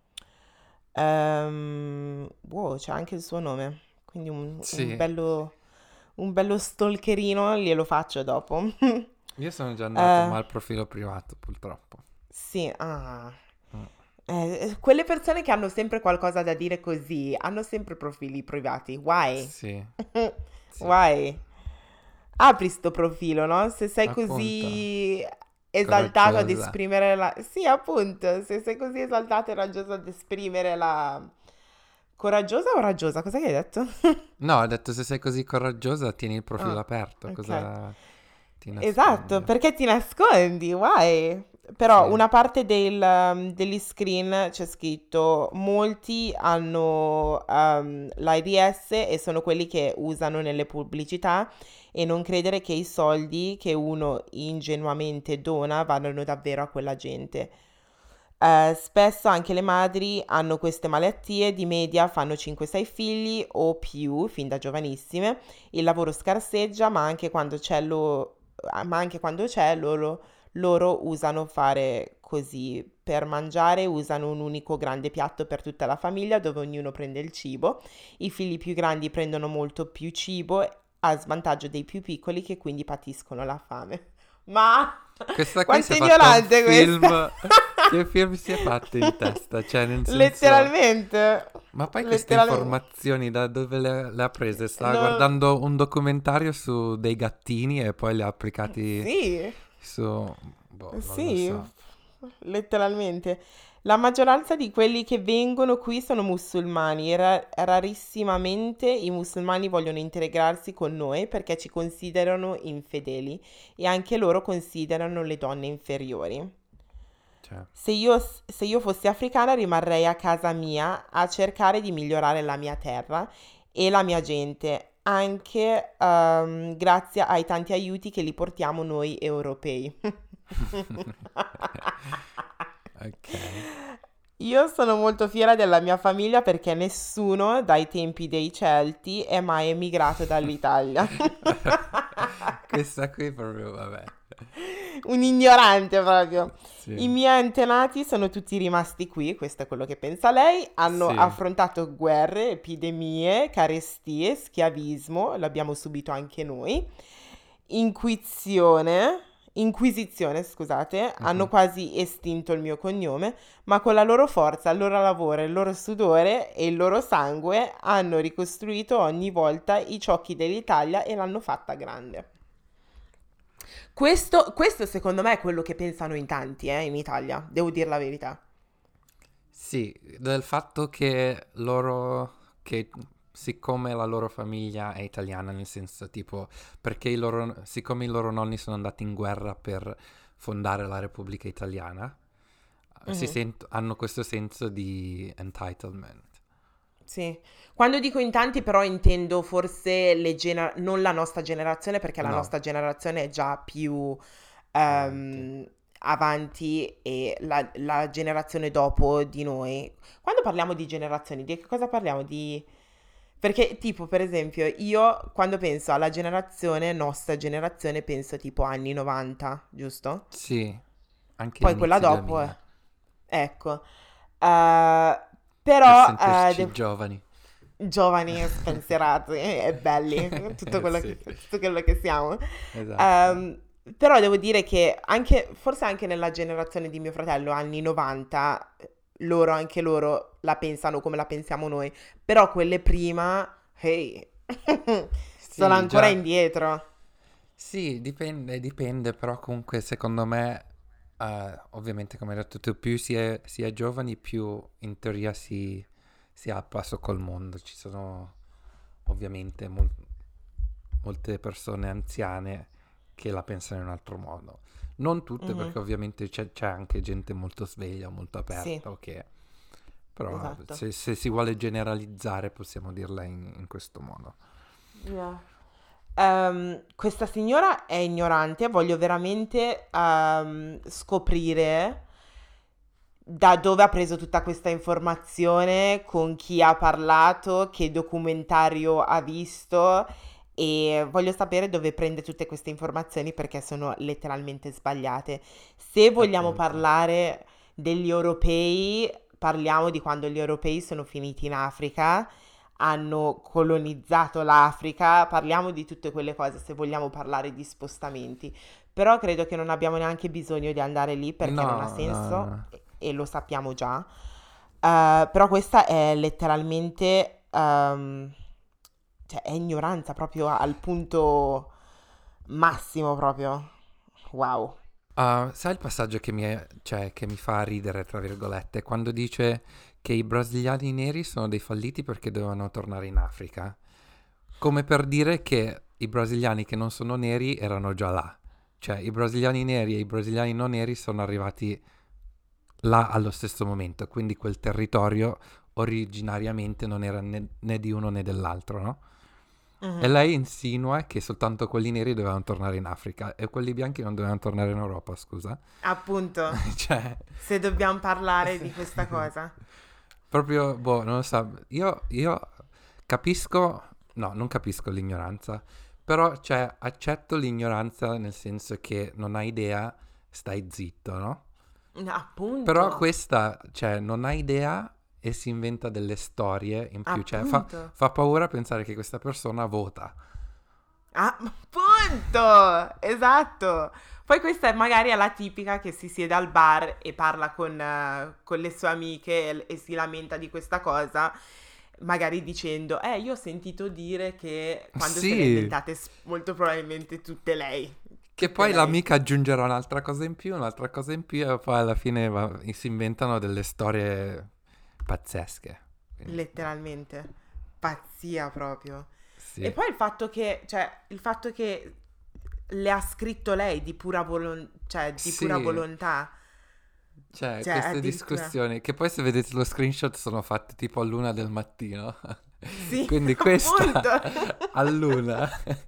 Ehm, wow, c'è anche il suo nome, quindi un, un sì, bello, un bello stalkerino glielo faccio dopo. io sono già andato, Eh, ma al profilo privato, purtroppo. sì, ah. Mm. Eh, quelle persone che hanno sempre qualcosa da dire così, hanno sempre profili privati. Why? Sì, sì, Why? Apri sto profilo, no? Se sei appunto, così esaltato ad coraggiosa. esprimere la... Sì, appunto, se sei così esaltato e raggioso ad esprimere la... Coraggiosa o raggiosa? Cosa che hai detto? No, ho detto se sei così coraggiosa, tieni il profilo Ah, aperto, ok. cosa ti Esatto, nascondi? perché ti nascondi, why? Però Sì, una parte del, um, degli screen c'è scritto molti hanno um, l'AIDS e sono quelli che usano nelle pubblicità e non credere che i soldi che uno ingenuamente dona vadano davvero a quella gente. Eh, spesso anche le madri hanno queste malattie, di media fanno cinque sei figli o più, fin da giovanissime, il lavoro scarseggia, ma anche quando c'è, lo- ma anche quando c'è loro, loro usano fare così. Per mangiare usano un unico grande piatto per tutta la famiglia dove ognuno prende il cibo. I figli più grandi prendono molto più cibo a svantaggio dei più piccoli che quindi patiscono la fame. Ma questa qui si quanto è fatta un ignorante questa! film. Che film si è fatto in testa? Cioè, nel senso. Letteralmente, Ma poi queste letteralmente. informazioni da dove le, le ha prese? Stava No, guardando un documentario su dei gattini e poi li ha applicati sì, su. Boh, non lo sì, so. letteralmente. La maggioranza di quelli che vengono qui sono musulmani e ra- rarissimamente i musulmani vogliono integrarsi con noi perché ci considerano infedeli e anche loro considerano le donne inferiori. Cioè, Se io, se io fossi africana rimarrei a casa mia a cercare di migliorare la mia terra e la mia gente, anche ehm, grazie ai tanti aiuti che li portiamo noi europei. ok. Io sono molto fiera della mia famiglia perché nessuno dai tempi dei Celti è mai emigrato dall'Italia. Questa qui proprio, vabbè. Un ignorante proprio. I Sì, miei antenati sono tutti rimasti qui, questo è quello che pensa lei. Hanno sì. affrontato guerre, epidemie, carestie, schiavismo, l'abbiamo subito anche noi. Inquizione, inquisizione, scusate, hanno Mhm. quasi estinto il mio cognome, ma con la loro forza, il loro lavoro, il loro sudore e il loro sangue hanno ricostruito ogni volta i ciocchi dell'Italia e l'hanno fatta grande. Questo, questo secondo me è quello che pensano in tanti, eh, in Italia, devo dire la verità. Sì, del fatto che loro, che siccome la loro famiglia è italiana, nel senso tipo, perché i loro, siccome i loro nonni sono andati in guerra per fondare la Repubblica Italiana, si Mhm. sent- hanno questo senso di entitlement. Sì, quando dico in tanti però intendo forse le gener- non la nostra generazione perché la No, nostra generazione è già più avanti. ehm, avanti e la, la generazione dopo di noi. Quando parliamo di generazioni, di che cosa parliamo? Di... Perché tipo per esempio io quando penso alla generazione, nostra generazione, penso tipo anni novanta, giusto? Sì, anche Poi quella inizi dopo è... duemila, Ecco. Eh, per però eh, sentirci de- giovani. giovani e spensierati e belli, tutto quello Sì, che, tutto quello che siamo. esatto. Ehm, però devo dire che anche, forse anche nella generazione di mio fratello, anni novanta, loro, anche loro la pensano come la pensiamo noi, però quelle prima, hey, sono Sì, ancora già. indietro. Sì, dipende, dipende, però comunque secondo me, eh, ovviamente come hai detto tu, più si è, si è giovani, più in teoria si, si ha il passo col mondo. Ci sono ovviamente mol- molte persone anziane che la pensano in un altro modo. Non tutte, Mhm. perché ovviamente c'è, c'è anche gente molto sveglia, molto Sì, aperta, ok. Però esatto. se, se si vuole generalizzare possiamo dirla in, in questo modo. Yeah. Ehm, questa signora è ignorante, voglio veramente ehm, scoprire da dove ha preso tutta questa informazione, con chi ha parlato, che documentario ha visto e voglio sapere dove prende tutte queste informazioni perché sono letteralmente sbagliate. Se vogliamo Appunto. parlare degli europei, parliamo di quando gli europei sono finiti in Africa, hanno colonizzato l'Africa, parliamo di tutte quelle cose se vogliamo parlare di spostamenti. Però credo che non abbiamo neanche bisogno di andare lì perché non ha No, no, senso no. e e lo sappiamo già. Eh, però questa è letteralmente, ehm, cioè è ignoranza proprio al punto massimo proprio. Wow. Ah, sai il passaggio che mi, è- cioè, che mi fa ridere, tra virgolette, quando dice che i brasiliani neri sono dei falliti perché dovevano tornare in Africa? Come per dire che i brasiliani che non sono neri erano già là. Cioè, i brasiliani neri e i brasiliani non neri sono arrivati là allo stesso momento, quindi quel territorio originariamente non era né, né di uno né dell'altro, no? E Mhm. lei insinua che soltanto quelli neri dovevano tornare in Africa e quelli bianchi non dovevano tornare in Europa, scusa. Appunto, Cioè, se dobbiamo parlare di questa cosa. proprio, boh, non lo so. Io, io capisco, no, non capisco l'ignoranza, però, cioè, accetto l'ignoranza nel senso che non hai idea, stai zitto, no? Però Appunto, questa, cioè, non ha idea e si inventa delle storie in più, cioè, fa, appunto. fa paura pensare che questa persona vota. Ah, appunto, esatto. Poi questa è magari è la tipica che si siede al bar e parla con, eh, con le sue amiche e, e si lamenta di questa cosa, magari dicendo, eh, io ho sentito dire che quando se le ha Sì, inventate s- molto probabilmente tutte lei, che tutte poi lei, l'amica aggiungerà un'altra cosa in più, un'altra cosa in più e poi alla fine va- si inventano delle storie pazzesche. Quindi, boh, letteralmente, pazzia proprio. E sì, poi il fatto che, cioè, il fatto che le ha scritto lei di pura, volon- cioè, di pura sì, volontà, cioè cioè, queste addirittura, discussioni che poi se vedete lo screenshot sono fatte tipo a luna del mattino. sì, Quindi appunto. questa a luna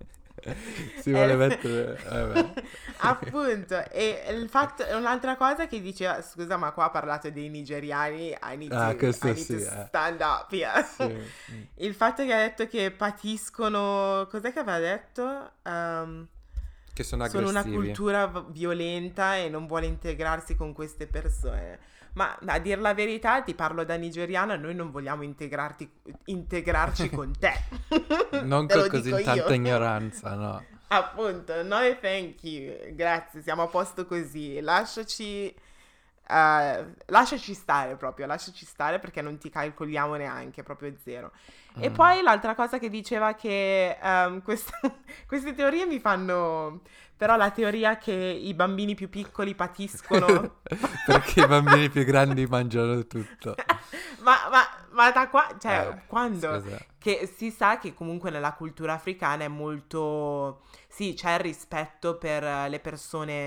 si vuole È- mettere, vabbè. appunto, e il fatto, è un'altra cosa che diceva, scusa, ma qua ha parlato dei nigeriani, I need to, Ah, I questo need to sì, eh. stand up here. Sì. Mm. Il fatto che ha detto che patiscono, cos'è che aveva detto? Ehm, Che sono sono una aggressivi. cultura v- violenta e non vuole integrarsi con queste persone. Ma a dir la verità, ti parlo da nigeriana, noi non vogliamo integrarti, integrarci con te. Non Te con lo così dico tanta io. ignoranza, no. Appunto, no e thank you, grazie, siamo a posto così. Lasciaci, eh, lasciaci stare proprio, lasciaci stare perché non ti calcoliamo neanche, proprio zero. E Mm. poi l'altra cosa che diceva che ehm, quest- queste teorie mi fanno, però la teoria che i bambini più piccoli patiscono. Perché i bambini più grandi mangiano tutto. Ma, ma, ma da qua, cioè, Eh, quando? scusa. Che si sa che comunque nella cultura africana è molto... Sì, c'è il rispetto per eh, le persone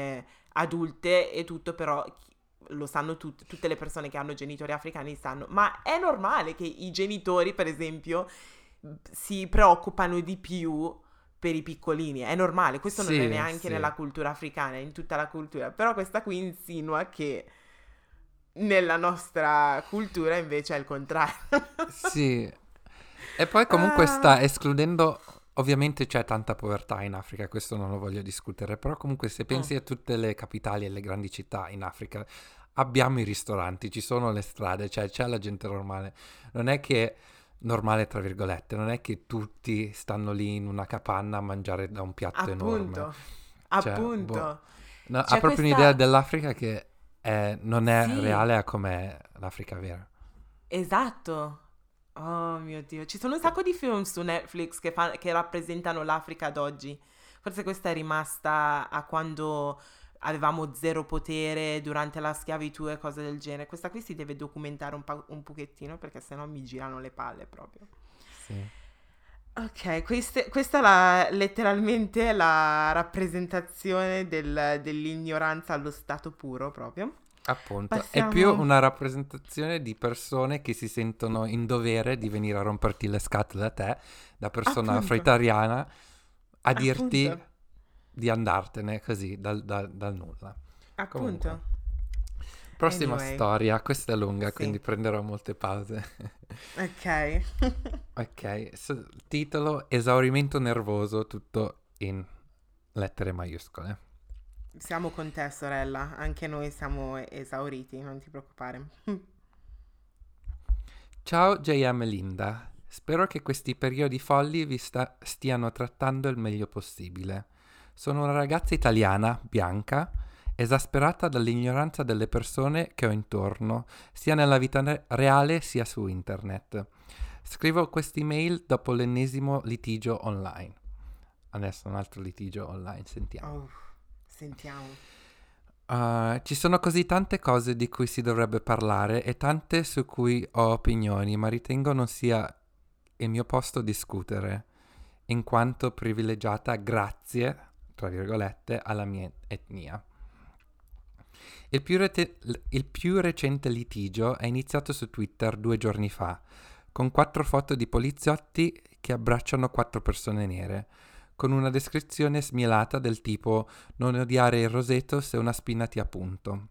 adulte e tutto, però lo sanno tutti, tutte le persone che hanno genitori africani sanno, ma è normale che i genitori, per esempio, si preoccupano di più per i piccolini, è normale, questo non è Sì, neanche sì. nella cultura africana, è in tutta la cultura, però questa qui insinua che nella nostra cultura invece è il contrario. Sì. E poi comunque sta Ah, escludendo, ovviamente c'è tanta povertà in Africa, questo non lo voglio discutere, però comunque se mm, pensi a tutte le capitali e le grandi città in Africa, abbiamo i ristoranti, ci sono le strade, cioè c'è la gente normale. Non è che, normale tra virgolette, non è che tutti stanno lì in una capanna a mangiare da un piatto enorme. appunto, Cioè, boh, appunto. no, ha C'è proprio un'idea questa... dell'Africa che è- non è Sì, reale a com'è l'Africa vera. esatto. Oh mio Dio, ci sono un sacco di film su Netflix che, fa- che rappresentano l'Africa ad oggi. Forse questa è rimasta a quando avevamo zero potere durante la schiavitù e cose del genere. Questa qui si deve documentare un, pa- un pochettino perché sennò mi girano le palle proprio. Sì. Ok, queste- questa è la- letteralmente la rappresentazione del- dell'ignoranza allo stato puro proprio. Appunto, è più Passiamo... una rappresentazione di persone che si sentono in dovere di venire a romperti le scatole a te, da persona Appunto, afroitaliana, a dirti appunto, di andartene così dal, dal- dal nulla. Comunque, appunto. prossima Anyway, storia, questa è lunga, quindi sì, prenderò molte pause. ok. Ok, so- titolo Esaurimento nervoso, tutto in lettere maiuscole. Siamo con te, sorella. Anche noi siamo esauriti, non ti preoccupare. Ciao J M Linda, spero che questi periodi folli vi sta- stiano trattando il meglio possibile. Sono una ragazza italiana, bianca, esasperata dall'ignoranza delle persone che ho intorno, sia nella vita ne- reale sia su internet. Scrivo quest'email dopo l'ennesimo litigio online. Adesso un altro litigio online, sentiamo. Oh, sentiamo. Uh, ci sono così tante cose di cui si dovrebbe parlare e tante su cui ho opinioni, ma ritengo non sia il mio posto discutere, in quanto privilegiata grazie, tra virgolette, alla mia etnia. Il più, rete- il più recente litigio è iniziato su Twitter due giorni fa, con quattro foto di poliziotti che abbracciano quattro persone nere, con una descrizione smielata del tipo non odiare il roseto se una spina ti ha punto.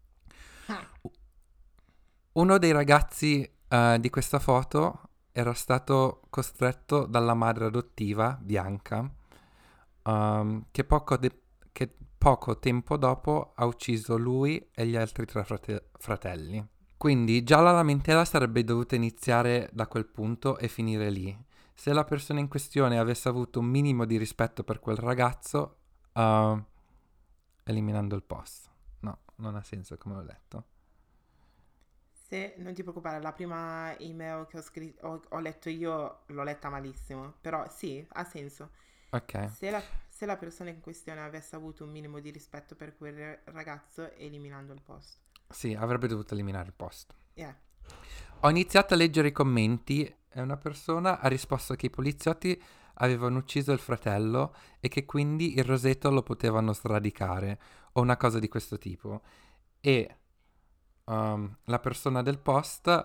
Uno dei ragazzi eh, di questa foto era stato costretto dalla madre adottiva, Bianca, um, che, poco de- che poco tempo dopo ha ucciso lui e gli altri tre frate- fratelli. Quindi già la lamentela sarebbe dovuta iniziare da quel punto e finire lì. Se la persona in questione avesse avuto un minimo di rispetto per quel ragazzo, uh, eliminando il post. No, non ha senso come ho detto. Se non ti preoccupare, la prima email che ho, scritto, ho, ho letto io l'ho letta malissimo, però sì, ha senso. Ok. Se la, se la persona in questione avesse avuto un minimo di rispetto per quel ragazzo, eliminando il post. Sì, avrebbe dovuto eliminare il post. Yeah. Ho iniziato a leggere i commenti e una persona ha risposto che i poliziotti avevano ucciso il fratello e che quindi il roseto lo potevano sradicare o una cosa di questo tipo. E um, la persona del post, uh,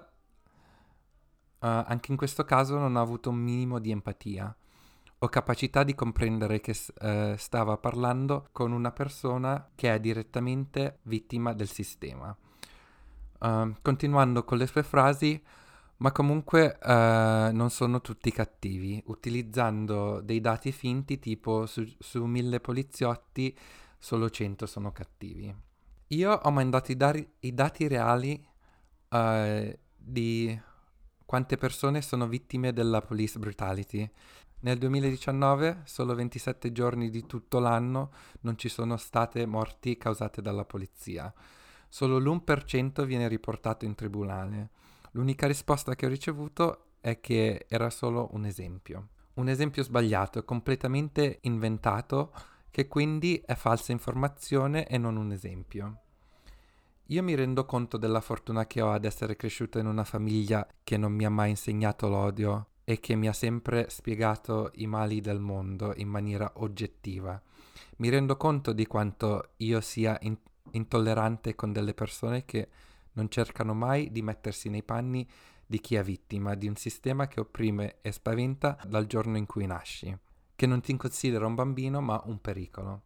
anche in questo caso, non ha avuto un minimo di empatia o capacità di comprendere che uh, stava parlando con una persona che è direttamente vittima del sistema. Uh, continuando con le sue frasi, ma comunque uh, non sono tutti cattivi, utilizzando dei dati finti tipo su, su mille poliziotti solo cento sono cattivi. Io ho mandato i, dari- i dati reali uh, di quante persone sono vittime della police brutality. Nel duemiladiciannove, solo ventisette giorni di tutto l'anno, non ci sono state morti causate dalla polizia. Solo l'uno per cento viene riportato in tribunale. L'unica risposta che ho ricevuto è che era solo un esempio. Un esempio sbagliato, completamente inventato, che quindi è falsa informazione e non un esempio. Io mi rendo conto della fortuna che ho ad essere cresciuto in una famiglia che non mi ha mai insegnato l'odio e che mi ha sempre spiegato i mali del mondo in maniera oggettiva. Mi rendo conto di quanto io sia in- intollerante con delle persone che non cercano mai di mettersi nei panni di chi è vittima di un sistema che opprime e spaventa dal giorno in cui nasci, che non ti considera un bambino ma un pericolo.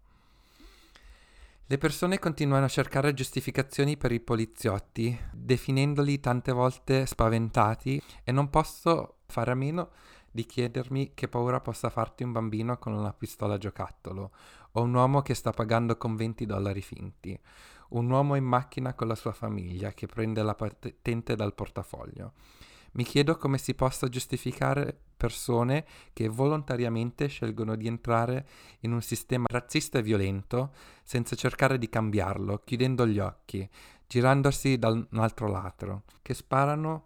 Le persone continuano a cercare giustificazioni per i poliziotti, definendoli tante volte spaventati, e non posso fare a meno di chiedermi che paura possa farti un bambino con una pistola giocattolo, o un uomo che sta pagando con venti dollari finti, un uomo in macchina con la sua famiglia che prende la patente dal portafoglio. Mi chiedo come si possa giustificare persone che volontariamente scelgono di entrare in un sistema razzista e violento senza cercare di cambiarlo, chiudendo gli occhi, girandosi da un altro lato, che sparano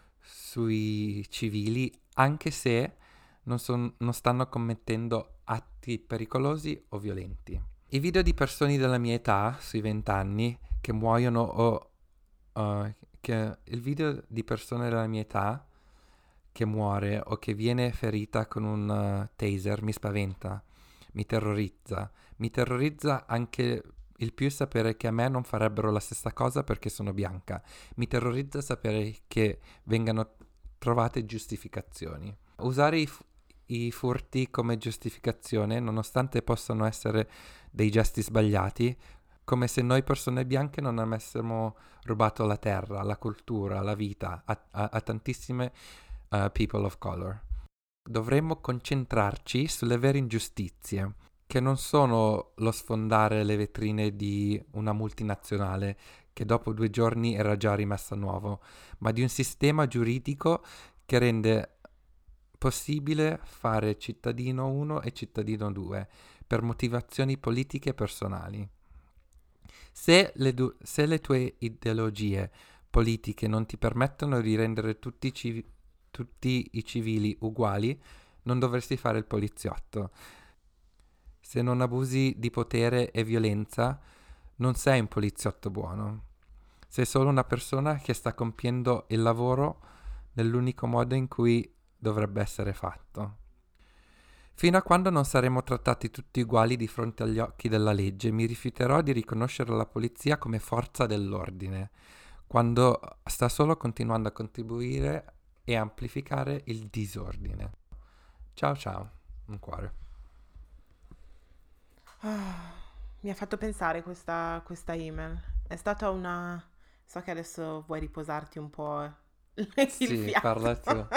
sui civili anche se non, son- non stanno commettendo atti pericolosi o violenti. I video di persone della mia età, sui vent'anni, che muoiono o... uh, che il video di persone della mia età che muore o che viene ferita con un uh, taser mi spaventa, mi terrorizza. Mi terrorizza anche il più sapere che a me non farebbero la stessa cosa perché sono bianca. Mi terrorizza sapere che vengano trovate giustificazioni. Usare i, fu- i furti come giustificazione, nonostante possano essere dei gesti sbagliati, come se noi persone bianche non avessimo rubato la terra, la cultura, la vita a, a, a tantissime uh, people of color. Dovremmo concentrarci sulle vere ingiustizie, che non sono lo sfondare le vetrine di una multinazionale che dopo due giorni era già rimessa a nuovo, ma di un sistema giuridico che rende possibile fare cittadino uno e cittadino due per motivazioni politiche e personali. Se le, du- se le tue ideologie politiche non ti permettono di rendere tutti i, civi- tutti i civili uguali, non dovresti fare il poliziotto. Se non abusi di potere e violenza, non sei un poliziotto buono. Sei solo una persona che sta compiendo il lavoro nell'unico modo in cui dovrebbe essere fatto. Fino a quando non saremo trattati tutti uguali di fronte agli occhi della legge, mi rifiuterò di riconoscere la polizia come forza dell'ordine, quando sta solo continuando a contribuire e amplificare il disordine. Ciao ciao, un cuore. Ah, mi ha fatto pensare questa, questa email. È stata una... So che adesso vuoi riposarti un po' il Sì, fiato. parla tu.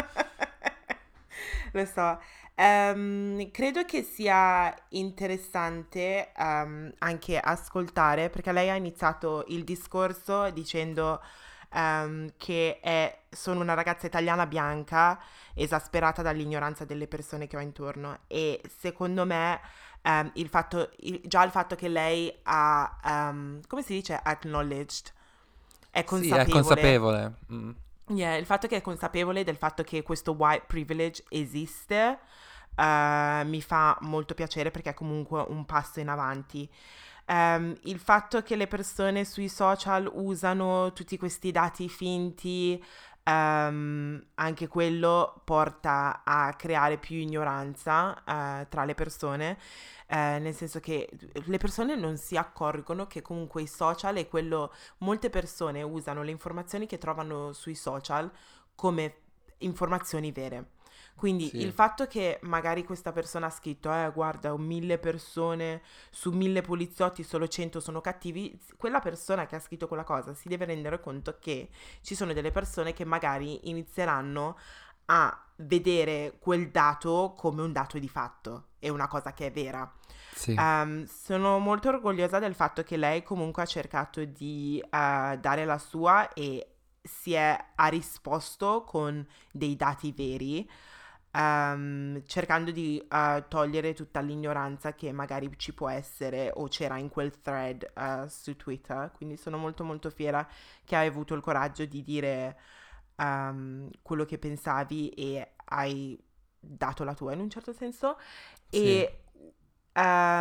Lo so. Ehm, credo che sia interessante ehm, anche ascoltare, perché lei ha iniziato il discorso dicendo ehm, che è, sono una ragazza italiana bianca esasperata dall'ignoranza delle persone che ho intorno e secondo me ehm, il fatto, il- già il fatto che lei ha, ehm, come si dice, acknowledged, è Sì, è consapevole. consapevole. Mm. Yeah, il fatto che è consapevole del fatto che questo white privilege esiste, eh, mi fa molto piacere perché è comunque un passo in avanti. Ehm, il fatto che le persone sui social usano tutti questi dati finti, ehm, anche quello porta a creare più ignoranza, eh, tra le persone, eh, nel senso che le persone non si accorgono che comunque i social è quello, molte persone usano le informazioni che trovano sui social come informazioni vere. Quindi il Sì, fatto che magari questa persona ha scritto, eh, guarda, ho mille persone, su mille poliziotti solo cento sono cattivi, quella persona che ha scritto quella cosa si deve rendere conto che ci sono delle persone che magari inizieranno a vedere quel dato come un dato di fatto, è una cosa che è vera. sì, Ehm, sono molto orgogliosa del fatto che lei comunque ha cercato di eh, dare la sua e si è, ha risposto con dei dati veri, ehm, cercando di eh, togliere tutta l'ignoranza che magari ci può essere o c'era in quel thread eh, su Twitter. Quindi sono molto molto fiera che hai avuto il coraggio di dire ehm, quello che pensavi e hai dato la tua in un certo senso. sì. E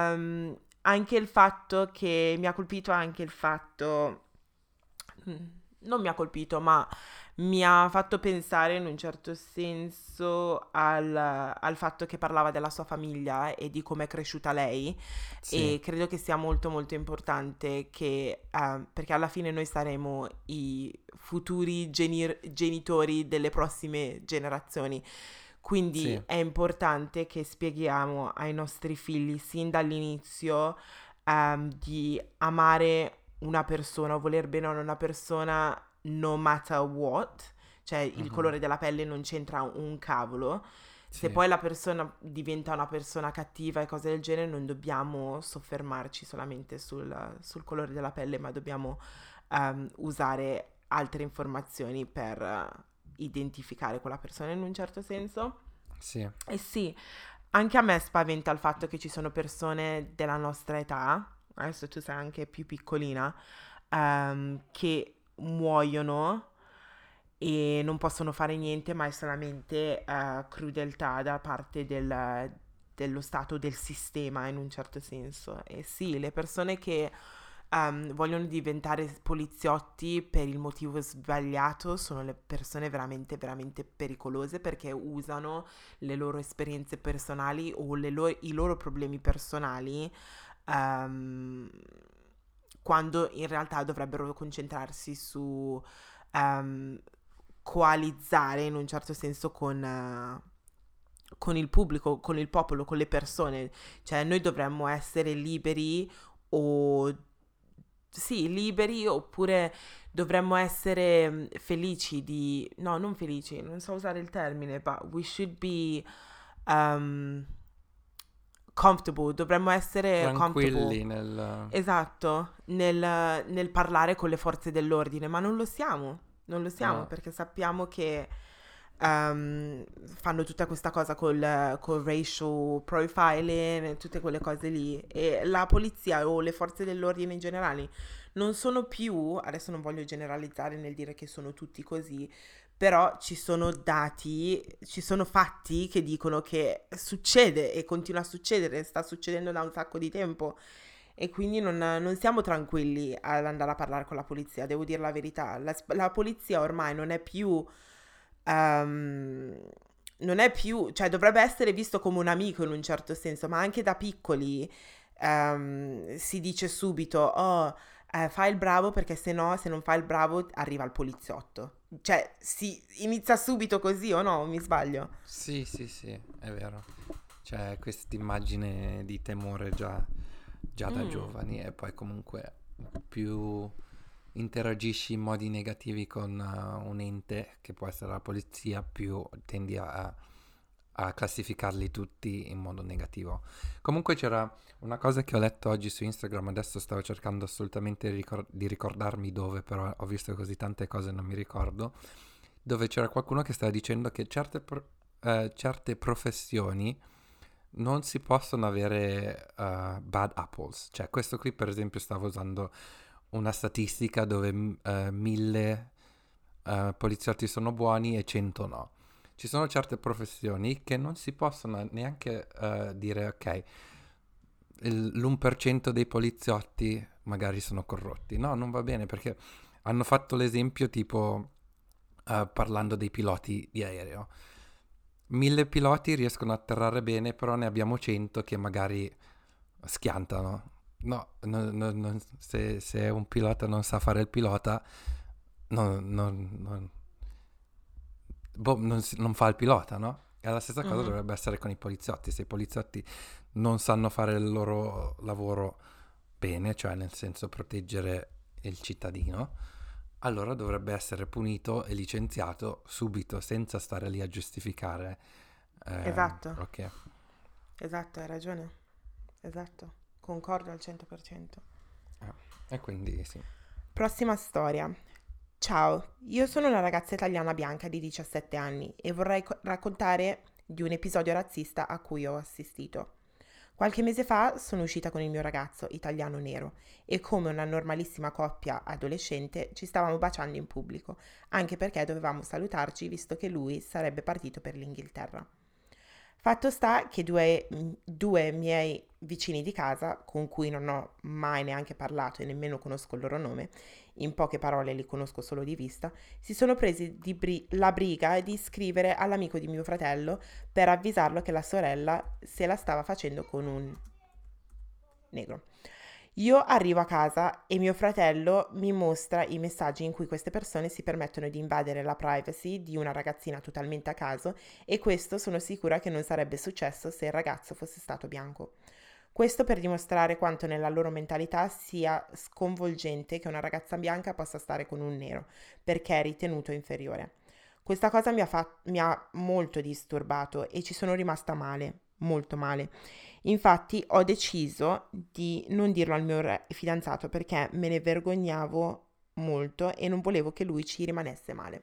ehm, anche il fatto che mi ha colpito anche il fatto. mm, non mi ha colpito, ma mi ha fatto pensare in un certo senso al, al fatto che parlava della sua famiglia e di come è cresciuta lei Sì, e credo che sia molto molto importante che, eh, perché alla fine noi saremo i futuri geni- genitori delle prossime generazioni, sì, quindi è importante che spieghiamo ai nostri figli sin dall'inizio ehm, di amare una persona o voler bene a una persona no matter what, cioè il mhm, colore della pelle non c'entra un cavolo. Se sì, poi la persona diventa una persona cattiva e cose del genere, non dobbiamo soffermarci solamente sul, sul colore della pelle, ma dobbiamo ehm, usare altre informazioni per eh, identificare quella persona in un certo senso. sì, E sì, anche a me spaventa il fatto che ci sono persone della nostra età, adesso tu sei anche più piccolina, ehm, che muoiono e non possono fare niente, ma è solamente eh, crudeltà da parte del- dello Stato, del sistema in un certo senso. E sì, le persone che ehm, vogliono diventare poliziotti per il motivo sbagliato sono le persone veramente, veramente pericolose perché usano le loro esperienze personali o le lo- i loro problemi personali ehm, quando in realtà dovrebbero concentrarsi su ehm, coalizzare in un certo senso con, eh, con il pubblico, con il popolo, con le persone. Cioè noi dovremmo essere liberi o sì, liberi oppure dovremmo essere mm, felici di... No, non felici, non so usare il termine, but we should be um, comfortable, dovremmo essere comfortable. tranquilli nel... Esatto, nel, nel parlare con le forze dell'ordine, ma non lo siamo, non lo siamo No, perché sappiamo che ehm, fanno tutta questa cosa col, col racial profiling e tutte quelle cose lì e la polizia o le forze dell'ordine in generale non sono più, adesso non voglio generalizzare nel dire che sono tutti così, però ci sono dati, ci sono fatti che dicono che succede e continua a succedere, sta succedendo da un sacco di tempo e quindi non, non siamo tranquilli ad andare a parlare con la polizia, devo dire la verità. La, la polizia ormai non è più... ehm, non è più, cioè dovrebbe essere visto come un amico in un certo senso, ma anche da piccoli ehm, si dice subito, oh, eh, fai il bravo perché se no, se non fai il bravo, arriva il poliziotto. Cioè, si inizia subito così o no? Mi sbaglio? sì, sì, sì, è vero. C'è questa immagine di temore già, già da Mm, giovani e poi comunque più interagisci in modi negativi con uh, un ente che può essere la polizia, più tendi a, a classificarli tutti in modo negativo. Comunque c'era una cosa che ho letto oggi su Instagram, adesso stavo cercando assolutamente di, ricor- di ricordarmi dove, però ho visto così tante cose e non mi ricordo, dove c'era qualcuno che stava dicendo che certe, pro- eh, certe professioni non si possono avere uh, bad apples. Cioè, questo qui per esempio stavo usando una statistica dove m- eh, mille eh, poliziotti sono buoni e cento no. Ci sono certe professioni che non si possono neanche eh, dire ok, il- l'uno per cento dei poliziotti magari sono corrotti. No, non va bene perché hanno fatto l'esempio tipo eh, parlando dei piloti di aereo. Mille piloti riescono a atterrare bene, però ne abbiamo cento che magari schiantano. No, no- no- non- se, se un pilota non sa fare il pilota, non, non- non- boh, non si- non fa il pilota, no? E la stessa cosa mhm. dovrebbe essere con i poliziotti. Se i poliziotti non sanno fare il loro lavoro bene, cioè nel senso proteggere il cittadino, allora dovrebbe essere punito e licenziato subito, senza stare lì a giustificare. eh, Esatto, ok. esatto, hai ragione. Esatto, concordo al cento per cento. Eh, e quindi sì. Prossima storia. Ciao, io sono una ragazza italiana bianca di diciassette anni e vorrei co- raccontare di un episodio razzista a cui ho assistito. Qualche mese fa sono uscita con il mio ragazzo italiano nero e come una normalissima coppia adolescente ci stavamo baciando in pubblico, anche perché dovevamo salutarci visto che lui sarebbe partito per l'Inghilterra. Fatto sta che due, due miei vicini di casa, con cui non ho mai neanche parlato e nemmeno conosco il loro nome, in poche parole li conosco solo di vista, si sono presi di bri- la briga di scrivere all'amico di mio fratello per avvisarlo che la sorella se la stava facendo con un negro. Io arrivo a casa e mio fratello mi mostra i messaggi in cui queste persone si permettono di invadere la privacy di una ragazzina totalmente a caso, e questo sono sicura che non sarebbe successo se il ragazzo fosse stato bianco. Questo per dimostrare quanto nella loro mentalità sia sconvolgente che una ragazza bianca possa stare con un nero, perché è ritenuto inferiore. Questa cosa mi ha, fa- mi ha molto disturbato e ci sono rimasta male, molto male. Infatti ho deciso di non dirlo al mio re- fidanzato perché me ne vergognavo molto e non volevo che lui ci rimanesse male.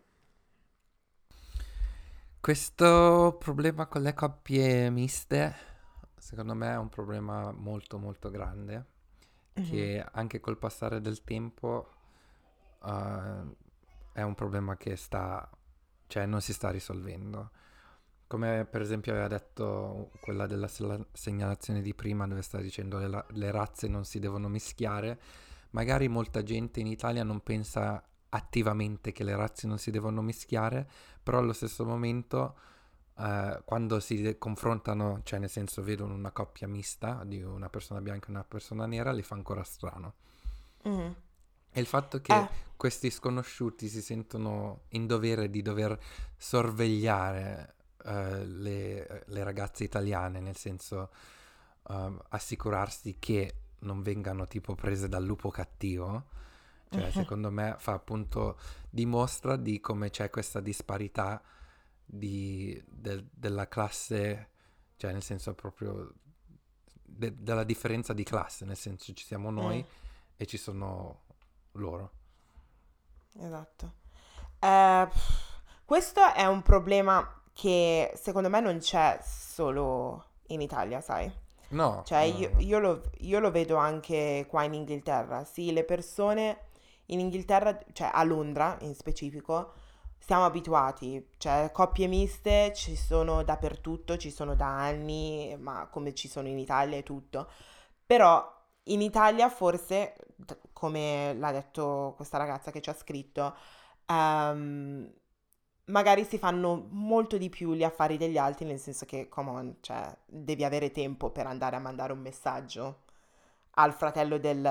Questo problema con le coppie miste, secondo me, è un problema molto molto grande, Mhm. che anche col passare del tempo eh, è un problema che sta, cioè non si sta risolvendo. Come per esempio aveva detto quella della sela- segnalazione di prima, dove sta dicendo le, la- le razze non si devono mischiare, magari molta gente in Italia non pensa attivamente che le razze non si devono mischiare, però allo stesso momento eh, quando si de- confrontano, cioè nel senso vedono una coppia mista di una persona bianca e una persona nera, li fa ancora strano. Mhm. E il fatto che Eh, questi sconosciuti si sentono in dovere di dover sorvegliare eh, le, le ragazze italiane, nel senso ehm, assicurarsi che non vengano tipo prese dal lupo cattivo, cioè secondo me fa appunto, dimostra di come c'è questa disparità di, del- della classe, cioè nel senso proprio de- della differenza di classe, nel senso ci siamo mm, noi e ci sono loro. esatto. Eh, pff, questo è un problema che secondo me non c'è solo in Italia, sai? No, Cioè, no, io, no. io lo, io lo vedo anche qua in Inghilterra. Sì, le persone in Inghilterra, cioè a Londra in specifico, siamo abituati. Cioè, coppie miste ci sono dappertutto, ci sono da anni, ma come ci sono in Italia e tutto. Però in Italia forse, d- come l'ha detto questa ragazza che ci ha scritto, ehm, magari si fanno molto di più gli affari degli altri, nel senso che, come on, cioè, devi avere tempo per andare a mandare un messaggio al fratello del...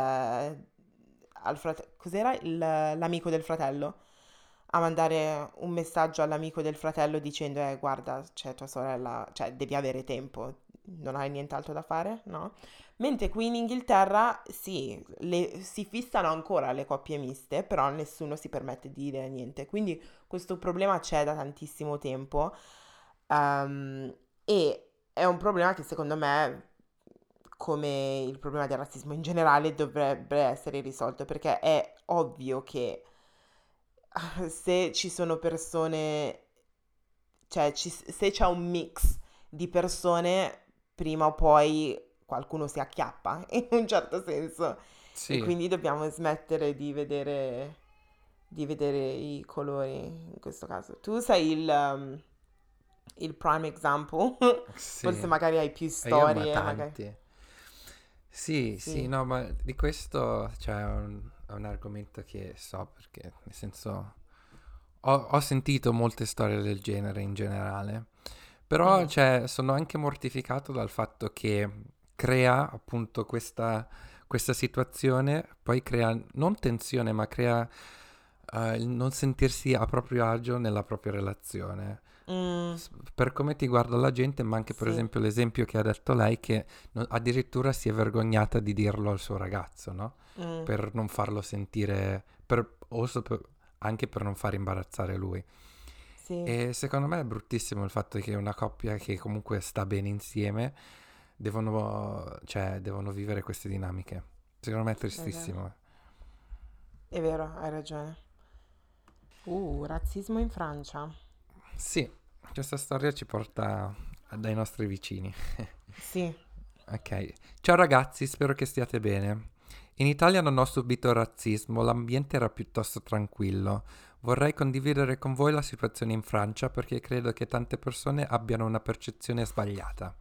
al frate- cos'era? Il- l'amico del fratello? A mandare un messaggio all'amico del fratello dicendo, eh, guarda, c'è tua sorella, cioè, devi avere tempo, non hai nient'altro da fare, no? Mentre qui in Inghilterra, sì, le- si fissano ancora le coppie miste, però nessuno si permette di dire niente. Quindi questo problema c'è da tantissimo tempo, ehm, e è un problema che secondo me, come il problema del razzismo in generale, dovrebbe essere risolto perché è ovvio che se ci sono persone, cioè ci- se c'è un mix di persone, prima o poi qualcuno si acchiappa in un certo senso, e Sì, quindi dobbiamo smettere di vedere, di vedere i colori in questo caso. Tu sei il, um, il prime example, forse sì. magari hai più E io ma storie, magari. tanti. Sì, sì, Sì. no, ma di questo cioè, è un, è un argomento che so perché, nel senso, ho, ho sentito molte storie del genere in generale, però Mhm. cioè, sono anche mortificato dal fatto che crea appunto questa, questa situazione, poi crea non tensione, ma crea eh, il non sentirsi a proprio agio nella propria relazione. Mm, S- Per come ti guarda la gente, ma anche per sì. esempio l'esempio che ha detto lei, che no- addirittura si è vergognata di dirlo al suo ragazzo, no? Mm, Per non farlo sentire, per, o so- per- anche per non far imbarazzare lui. sì, E secondo me è bruttissimo il fatto che una coppia che comunque sta bene insieme devono, cioè, devono vivere queste dinamiche. Secondo me è è vero. tristissimo. È vero, hai ragione. Uh, razzismo in Francia. Sì, questa storia ci porta dai nostri vicini. Sì. Ok, ciao ragazzi, spero che stiate bene. In Italia non ho subito razzismo, l'ambiente era piuttosto tranquillo. Vorrei condividere con voi la situazione in Francia perché credo che tante persone abbiano una percezione sbagliata.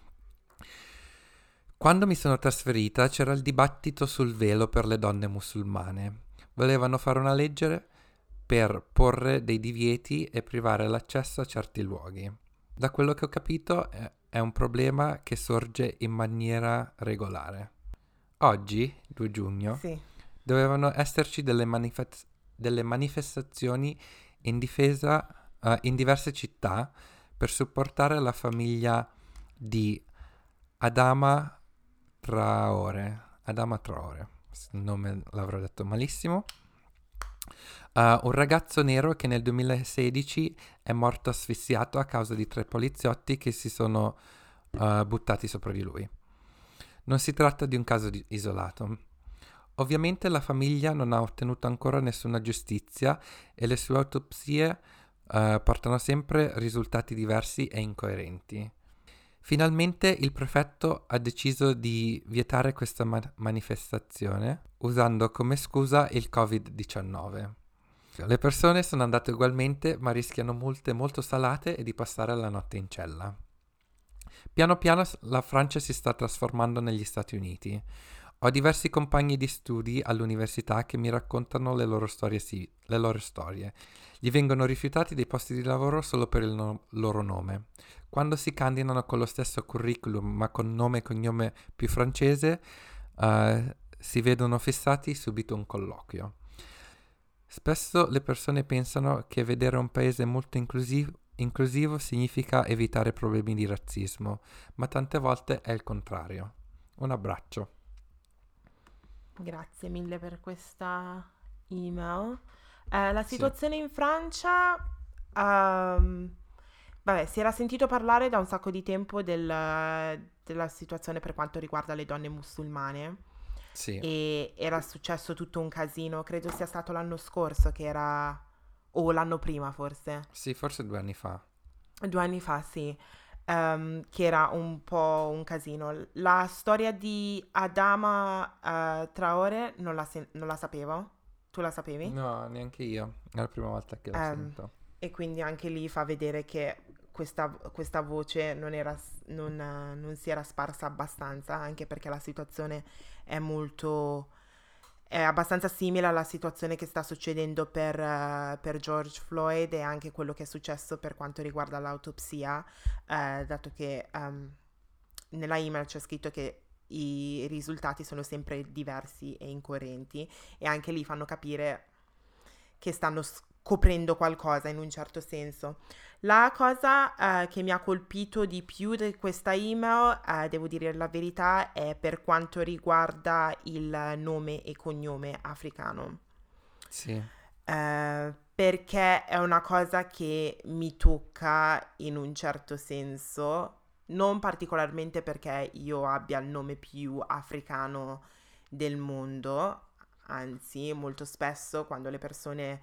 Quando mi sono trasferita c'era il dibattito sul velo per le donne musulmane. Volevano fare una legge per porre dei divieti e privare l'accesso a certi luoghi. Da quello che ho capito è, è un problema che sorge in maniera regolare. Oggi, due giugno, Sì. dovevano esserci delle, manifest- delle manifestazioni in difesa uh, in diverse città per supportare la famiglia di Adama Traore. Adama Traore, il nome l'avrò detto malissimo. Uh, un ragazzo nero che nel duemilasedici è morto asfissiato a causa di tre poliziotti che si sono uh, buttati sopra di lui. Non si tratta di un caso di- isolato. Ovviamente la famiglia non ha ottenuto ancora nessuna giustizia e le sue autopsie uh, portano sempre risultati diversi e incoerenti. Finalmente il prefetto ha deciso di vietare questa ma- manifestazione usando come scusa il covid diciannove. Le persone sono andate ugualmente, ma rischiano multe molto salate e di passare la notte in cella. Piano piano la Francia si sta trasformando negli Stati Uniti. Ho diversi compagni di studi all'università che mi raccontano le loro storie, sì, le loro storie. Gli vengono rifiutati dei posti di lavoro solo per il no- loro nome. Quando si candidano con lo stesso curriculum ma con nome e cognome più francese, uh, si vedono fissati subito un colloquio. Spesso le persone pensano che vedere un paese molto inclusivo, inclusivo significa evitare problemi di razzismo, ma tante volte è il contrario. Un abbraccio. Grazie mille per questa email. Eh, la Sì, situazione in Francia, ehm, vabbè, si era sentito parlare da un sacco di tempo del- della situazione per quanto riguarda le donne musulmane sì, e era successo tutto un casino, credo sia stato l'anno scorso che era, o l'anno prima forse. sì, forse due anni fa. Due anni fa, sì, ehm, che era un po' un casino. La storia di Adama eh, Traore non la, sen- non la sapevo. Tu la sapevi? No, neanche io. È la prima volta che la Ehm, sento. e quindi anche lì fa vedere che questa, questa voce non era, s- non, eh, non si era sparsa abbastanza, anche perché la situazione è molto è abbastanza simile alla situazione che sta succedendo per, eh, per George Floyd e anche quello che è successo per quanto riguarda l'autopsia, eh, dato che ehm, nella email c'è scritto che i risultati sono sempre diversi e incoerenti e anche lì fanno capire che stanno scoprendo qualcosa in un certo senso. La cosa eh, che mi ha colpito di più di questa email, eh, devo dire la verità, è per quanto riguarda il nome e cognome africano. Sì, Eh, perché è una cosa che mi tocca in un certo senso, non particolarmente perché io abbia il nome più africano del mondo, anzi, molto spesso quando le persone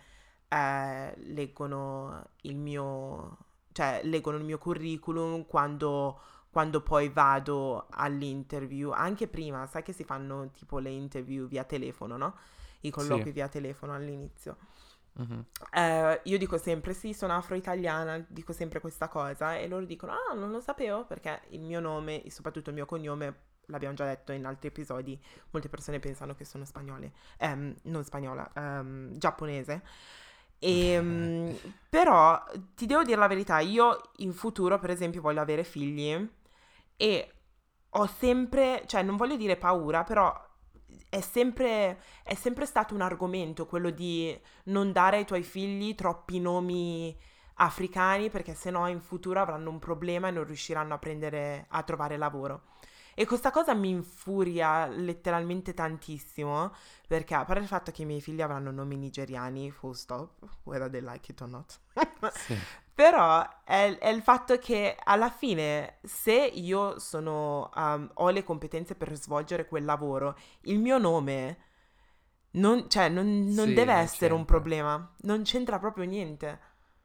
eh, leggono il mio, cioè leggono il mio curriculum, quando, quando poi vado all'interview, anche prima, sai che si fanno tipo le interview via telefono, no? I sì. colloqui via telefono all'inizio. Mhm. Eh, io dico sempre sì, sono afro-italiana, dico sempre questa cosa e loro dicono ah, non lo sapevo perché il mio nome e soprattutto il mio cognome, l'abbiamo già detto in altri episodi, molte persone pensano che sono spagnole, ehm, non spagnola, ehm, giapponese. E, mm, però ti devo dire la verità, io in futuro per esempio voglio avere figli e ho sempre, cioè non voglio dire paura, però è sempre, è sempre stato un argomento quello di non dare ai tuoi figli troppi nomi africani perché sennò in futuro avranno un problema e non riusciranno a prendere, a trovare lavoro. E questa cosa mi infuria letteralmente tantissimo perché a parte il fatto che i miei figli avranno nomi nigeriani, full stop, whether they like it or not. Sì, Però è, è il fatto che alla fine, se io sono, um, ho le competenze per svolgere quel lavoro, il mio nome non, cioè, non, non sì, deve non essere un c'entra. problema, non c'entra proprio niente,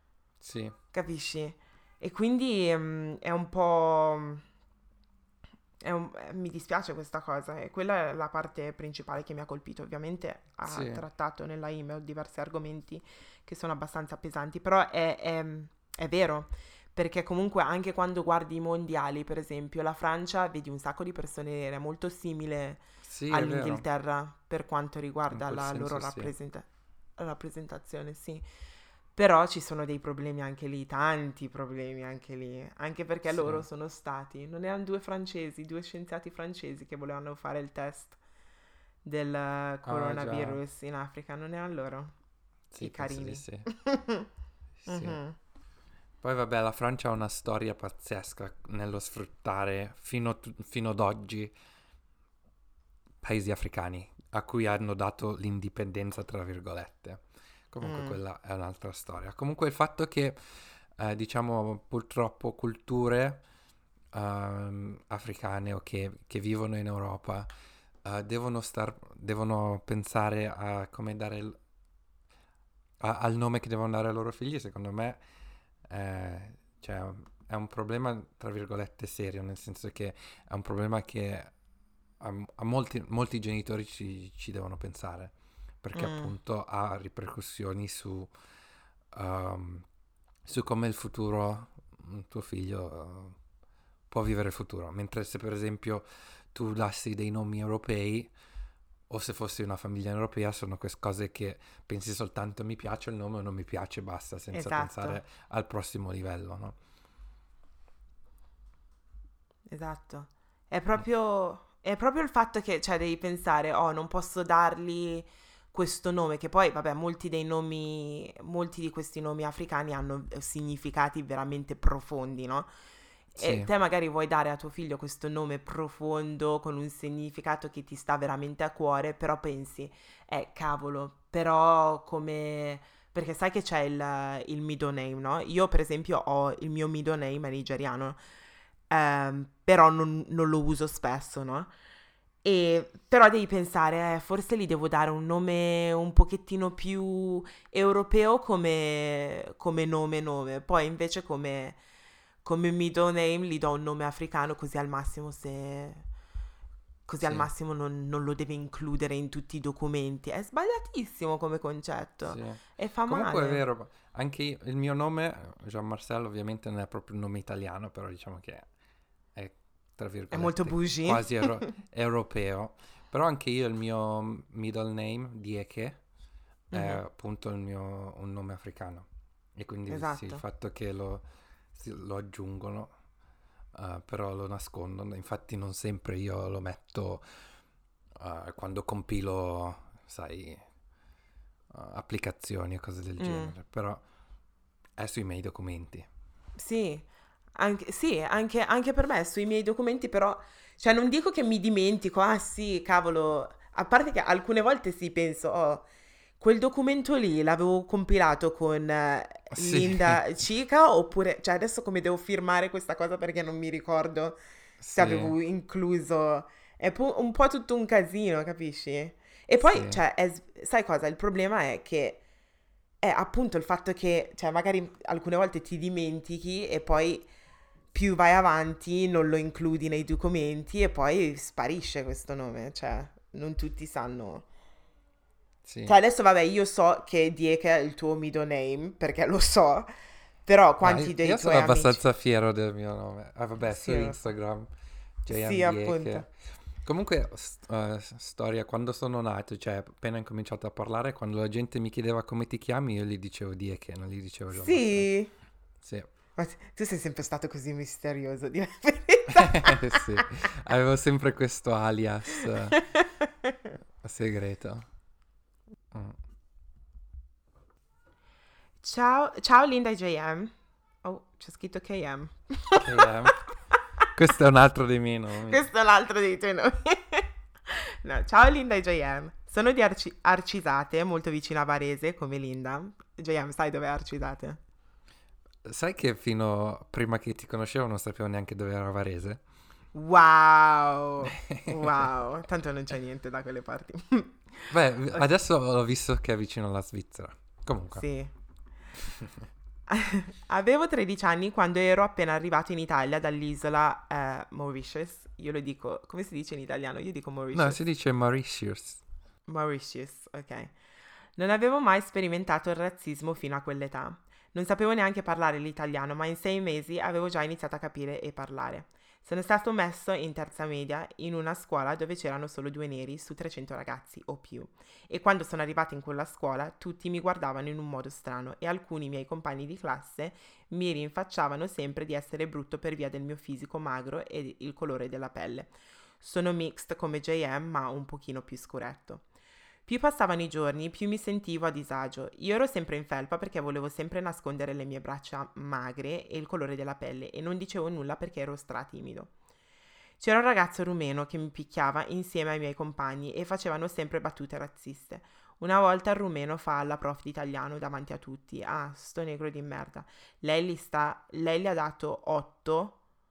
Sì, capisci? E quindi mm, è un po', è un- eh, mi dispiace questa cosa e quella è la parte principale che mi ha colpito. Ovviamente ha Sì, trattato nella email diversi argomenti che sono abbastanza pesanti, però è, è- è vero, perché comunque anche quando guardi i mondiali, per esempio, la Francia vedi un sacco di persone nere, molto simile sì, è vero, all'Inghilterra per quanto in riguarda quel la loro senso sì. rappresenta- rappresentazione, sì. Però ci sono dei problemi anche lì, tanti problemi anche lì, anche perché Sì. loro sono stati, non erano due francesi, due scienziati francesi che volevano fare il test del eh, Ah, già. coronavirus in Africa, non erano loro, Sì, i penso di carini. sì. Sì. Mhm. Poi vabbè, la Francia ha una storia pazzesca nello sfruttare fino, fino ad oggi paesi africani a cui hanno dato l'indipendenza, tra virgolette. Comunque Mm, quella è un'altra storia. Comunque il fatto che, eh, diciamo, purtroppo culture ehm, africane o che, che vivono in Europa eh, devono, star, devono pensare a come dare il- a- al nome che devono dare ai loro figli, secondo me eh, cioè, è un problema, tra virgolette, serio, nel senso che è un problema che a, a molti, molti genitori ci, ci devono pensare, perché mm, appunto ha ripercussioni su, um, su come il futuro, mm, tuo figlio, eh, può vivere il futuro. Mentre se per esempio tu dassi dei nomi europei, o se fossi una famiglia europea, sono queste cose che pensi soltanto mi piace il nome o non mi piace, basta, senza esatto, pensare al prossimo livello, no? esatto. È Mm, proprio, è proprio il fatto che, cioè, devi pensare, oh, non posso dargli questo nome, che poi, vabbè, molti dei nomi, molti di questi nomi africani hanno eh, significati veramente profondi, no? E sì, te magari vuoi dare a tuo figlio questo nome profondo con un significato che ti sta veramente a cuore, però pensi, eh, cavolo, però come... Perché sai che c'è il, il middle name, no? Io per esempio ho il mio middle name è nigeriano, ehm, però non, non lo uso spesso, no? E però devi pensare, eh, forse gli devo dare un nome un pochettino più europeo come, come nome nome, poi invece come, come middle name gli do un nome africano così al massimo se... Così al sì, massimo non, non lo deve includere in tutti i documenti. È sbagliatissimo come concetto sì. e fa Comunque è male. vero, anche io- il mio nome, Jean Marcel, ovviamente non è proprio un nome italiano, però diciamo che è, tra È molto virgolette, bougie. quasi euro- europeo. Però anche io il mio middle name, Dieke, è Mhm, appunto il mio, un nome africano. E quindi sì, il esatto. fatto che lo, sì, lo aggiungono, eh, però lo nascondono. Infatti non sempre io lo metto eh, quando compilo, sai, eh, applicazioni o cose del Mm. genere. Però è sui miei documenti. Sì, anche, sì, anche, anche per me sui miei documenti però, cioè non dico che mi dimentico, ah sì, cavolo, a parte che alcune volte sì penso, oh, quel documento lì l'avevo compilato con eh, Sì, Linda Cica oppure, cioè adesso come devo firmare questa cosa perché non mi ricordo se sì, avevo incluso, è pu- un po' tutto un casino, capisci? E poi, sì, cioè, è s- sai cosa? Il problema è che è appunto il fatto che, cioè, magari alcune volte ti dimentichi e poi più vai avanti non lo includi nei documenti e poi sparisce questo nome, cioè, non tutti sanno. sì. Cioè, adesso vabbè, io so che Dieke è il tuo middle name, perché lo so, però No, quanti io, dei io sono tuoi amici... abbastanza fiero del mio nome. Ah, vabbè, su Sì, lo so. Instagram, Sì, J M appunto. Dieke. Comunque, st- eh, s- storia, quando sono nato, cioè appena ho incominciato a parlare, quando la gente mi chiedeva come ti chiami, io gli dicevo Dieke, non gli dicevo Jean Marcel. Sì, Sì, ma t- tu sei sempre stato così misterioso, di la verità. sì, avevo sempre questo alias eh, segreto. Mm. Ciao, ciao Linda J M. Oh, c'è scritto K M. K M. Questo è un altro dei miei nomi. Questo è l'altro dei tuoi nomi. No, ciao Linda e J M. Sono di Arci- Arcisate, molto vicino a Varese, come Linda. J M, sai dove è Arcisate? Sai che fino a prima che ti conoscevo non sapevo neanche dove era Varese? Wow, wow. Tanto non c'è niente da quelle parti. Beh, Ok, adesso ho visto che è vicino alla Svizzera. Comunque. sì. Avevo tredici anni quando ero appena arrivato in Italia dall'isola eh, Mauritius. Io lo dico, come si dice in italiano? Io dico No, si Mauritius. dice Mauritius. Mauritius, ok. Non avevo mai sperimentato il razzismo fino a quell'età. Non sapevo neanche parlare l'italiano, ma in sei mesi avevo già iniziato a capire e parlare. Sono stato messo in terza media in una scuola dove c'erano solo due neri su trecento ragazzi o più. E quando sono arrivata in quella scuola, tutti mi guardavano in un modo strano e alcuni miei compagni di classe mi rinfacciavano sempre di essere brutto per via del mio fisico magro e il colore della pelle. Sono mixed come J M, ma un pochino più scuretto. Più passavano i giorni, più mi sentivo a disagio. Io ero sempre in felpa perché volevo sempre nascondere le mie braccia magre e il colore della pelle e non dicevo nulla perché ero stratimido. C'era un ragazzo rumeno che mi picchiava insieme ai miei compagni e facevano sempre battute razziste. Una volta il rumeno fa alla prof di italiano davanti a tutti: "Ah, sto negro di merda. Lei gli sta lei gli ha dato otto.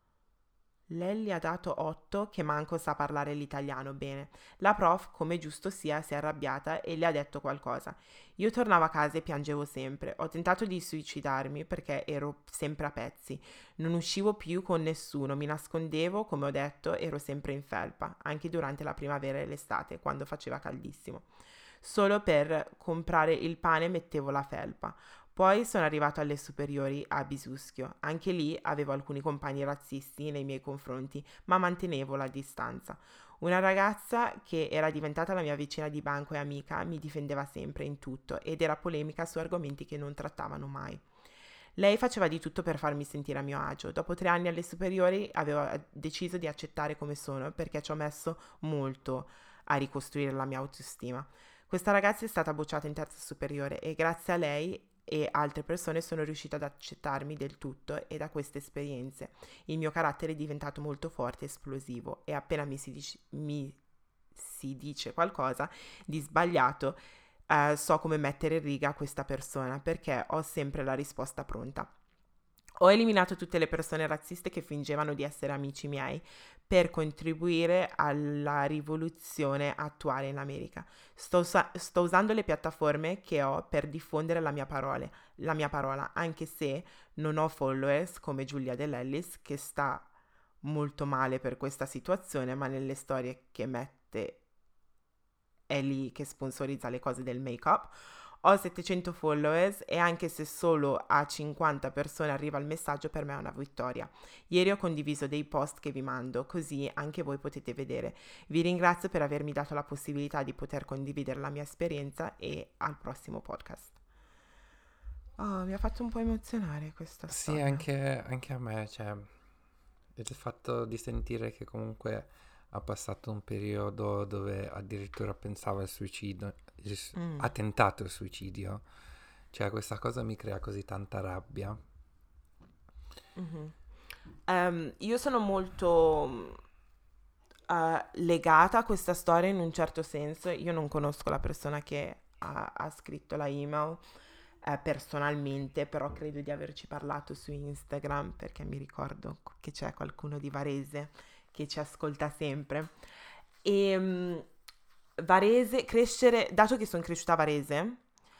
Lei gli ha dato otto che manco sa parlare l'italiano bene." La prof, come giusto sia, si è arrabbiata e le ha detto qualcosa. Io tornavo a casa e piangevo sempre. Ho tentato di suicidarmi perché ero sempre a pezzi. Non uscivo più con nessuno, mi nascondevo, come ho detto, ero sempre in felpa, anche durante la primavera e l'estate, quando faceva caldissimo. Solo per comprare il pane mettevo la felpa. Poi sono arrivato alle superiori a Bisuschio. Anche lì avevo alcuni compagni razzisti nei miei confronti, ma mantenevo la distanza. Una ragazza che era diventata la mia vicina di banco e amica mi difendeva sempre in tutto ed era polemica su argomenti che non trattavano mai. Lei faceva di tutto per farmi sentire a mio agio. Dopo tre anni alle superiori avevo eh, deciso di accettare come sono perché ci ho messo molto a ricostruire la mia autostima. Questa ragazza è stata bocciata in terza superiore e grazie a lei e altre persone sono riuscita ad accettarmi del tutto e da queste esperienze il mio carattere è diventato molto forte e esplosivo e appena mi si dice, mi si dice qualcosa di sbagliato, eh, so come mettere in riga questa persona perché ho sempre la risposta pronta. Ho eliminato tutte le persone razziste che fingevano di essere amici miei per contribuire alla rivoluzione attuale in America. Sto, usa- sto usando le piattaforme che ho per diffondere la mia, parole, la mia parola, anche se non ho followers come Giulia Dell'Ellis, che sta molto male per questa situazione, ma nelle storie che mette è lì che sponsorizza le cose del make-up. Ho settecento followers e anche se solo a cinquanta persone arriva il messaggio, per me è una vittoria. Ieri ho condiviso dei post che vi mando, così anche voi potete vedere. Vi ringrazio per avermi dato la possibilità di poter condividere la mia esperienza e al prossimo podcast. Oh, mi ha fatto un po' emozionare questa Sì, storia. anche, anche a me, cioè, il fatto di sentire che comunque ha passato un periodo dove addirittura pensava al suicidio, il s- Mm, ha tentato il suicidio, cioè questa cosa mi crea così tanta rabbia. mhm. Ehm, io sono molto eh, legata a questa storia in un certo senso. Io non conosco la persona che ha, ha scritto la email eh, personalmente, però credo di averci parlato su Instagram perché mi ricordo che c'è qualcuno di Varese che ci ascolta sempre. E mm, Varese, crescere, dato che sono cresciuta a Varese,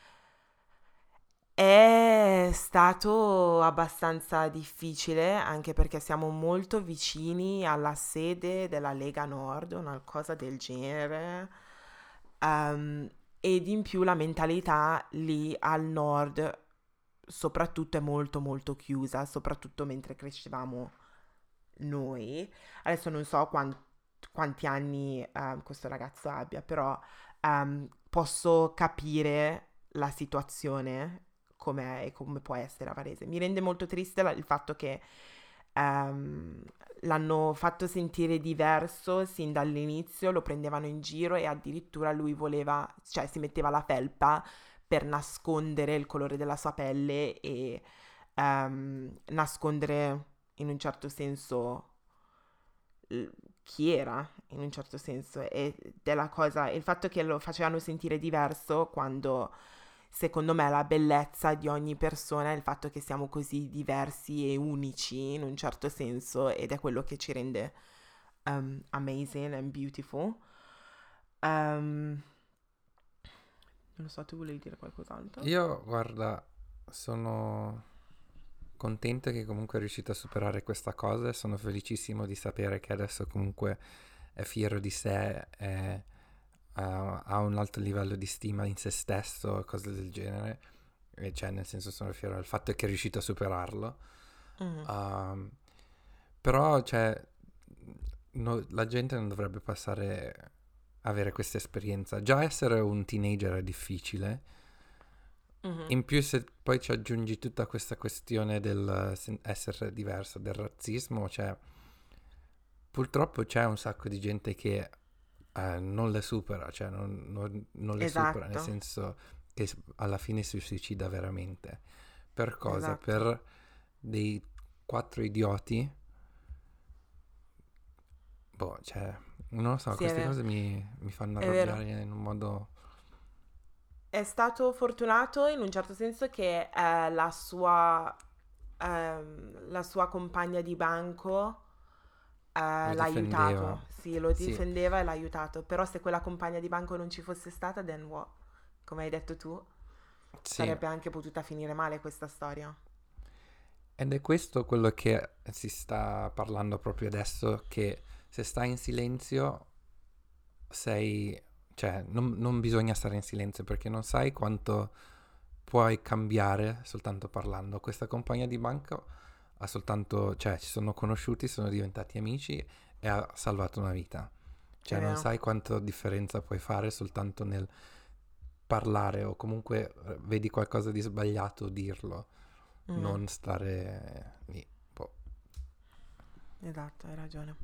è stato abbastanza difficile anche perché siamo molto vicini alla sede della Lega Nord, una cosa del genere. Ehm, ed in più la mentalità lì al nord, soprattutto, è molto molto chiusa, soprattutto mentre crescevamo noi. Adesso non so quan- quanti anni eh, questo ragazzo abbia, però ehm, posso capire la situazione com'è e come può essere a Varese. Mi rende molto triste la- il fatto che ehm, l'hanno fatto sentire diverso sin dall'inizio, lo prendevano in giro e addirittura lui voleva, cioè si metteva la felpa per nascondere il colore della sua pelle e ehm, nascondere in un certo senso l- chi era in un certo senso e della cosa, il fatto che lo facevano sentire diverso quando secondo me la bellezza di ogni persona è il fatto che siamo così diversi e unici in un certo senso ed è quello che ci rende um, amazing and beautiful. Um, non lo so, tu volevi dire qualcos'altro? Io, guarda, sono contento che comunque è riuscito a superare questa cosa e sono felicissimo di sapere che adesso comunque è fiero di sé, è, ha, ha un alto livello di stima in se stesso, cose del genere. E cioè, nel senso, sono fiero del fatto che è riuscito a superarlo. Mhm. Um, però, cioè, no- la gente non dovrebbe passare avere questa esperienza. Già essere un teenager è difficile. Mhm. In più, se poi ci aggiungi tutta questa questione del sen- essere diverso, del razzismo, cioè, purtroppo c'è un sacco di gente che eh, non le supera, cioè non, non- non le supera, nel Esatto, senso che s- alla fine si suicida veramente. Per cosa? esatto. Per dei quattro idioti. Boh, cioè, non lo so, Sì, è queste vero, cose mi, mi fanno è vero. arrabbiare in un modo... È stato fortunato in un certo senso che eh, la sua, ehm, la sua compagna di banco eh, lo l'ha difendeva. aiutato. Sì, lo Sì, difendeva e l'ha aiutato. Però se quella compagna di banco non ci fosse stata, then what? Come hai detto tu, sì. sarebbe anche potuta finire male questa storia. Ed è questo quello che si sta parlando proprio adesso, che se stai in silenzio sei... cioè non, non bisogna stare in silenzio perché non sai quanto puoi cambiare soltanto parlando. Questa compagna di banco ha soltanto... cioè ci sono conosciuti, sono diventati amici e ha salvato una vita. È Cioè non vero. sai quanta differenza puoi fare soltanto nel parlare o comunque eh, vedi qualcosa di sbagliato dirlo, Mhm. non stare lì. Boh. Esatto, hai ragione.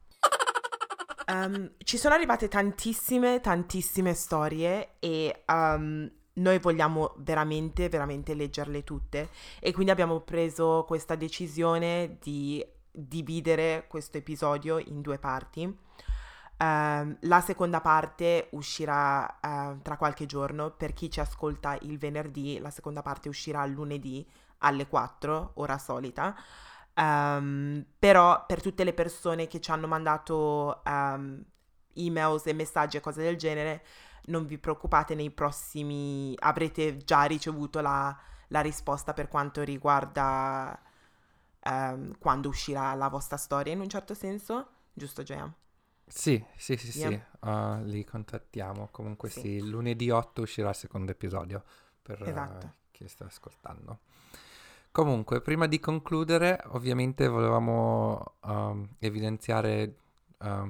Ehm, ci sono arrivate tantissime, tantissime storie e ehm, noi vogliamo veramente, veramente leggerle tutte e quindi abbiamo preso questa decisione di dividere questo episodio in due parti. Ehm, la seconda parte uscirà eh, tra qualche giorno. Per chi ci ascolta il venerdì, la seconda parte uscirà lunedì alle quattro, ora solita. Ehm, però per tutte le persone che ci hanno mandato ehm, emails e messaggi e cose del genere, non vi preoccupate, nei prossimi avrete già ricevuto la, la risposta per quanto riguarda ehm, quando uscirà la vostra storia in un certo senso, giusto Gea? Sì, sì, sì, Yeah, sì, uh, li contattiamo. Comunque sì, sì, lunedì otto uscirà il secondo episodio per uh, esatto. chi sta ascoltando. Comunque, prima di concludere, ovviamente volevamo um, evidenziare um,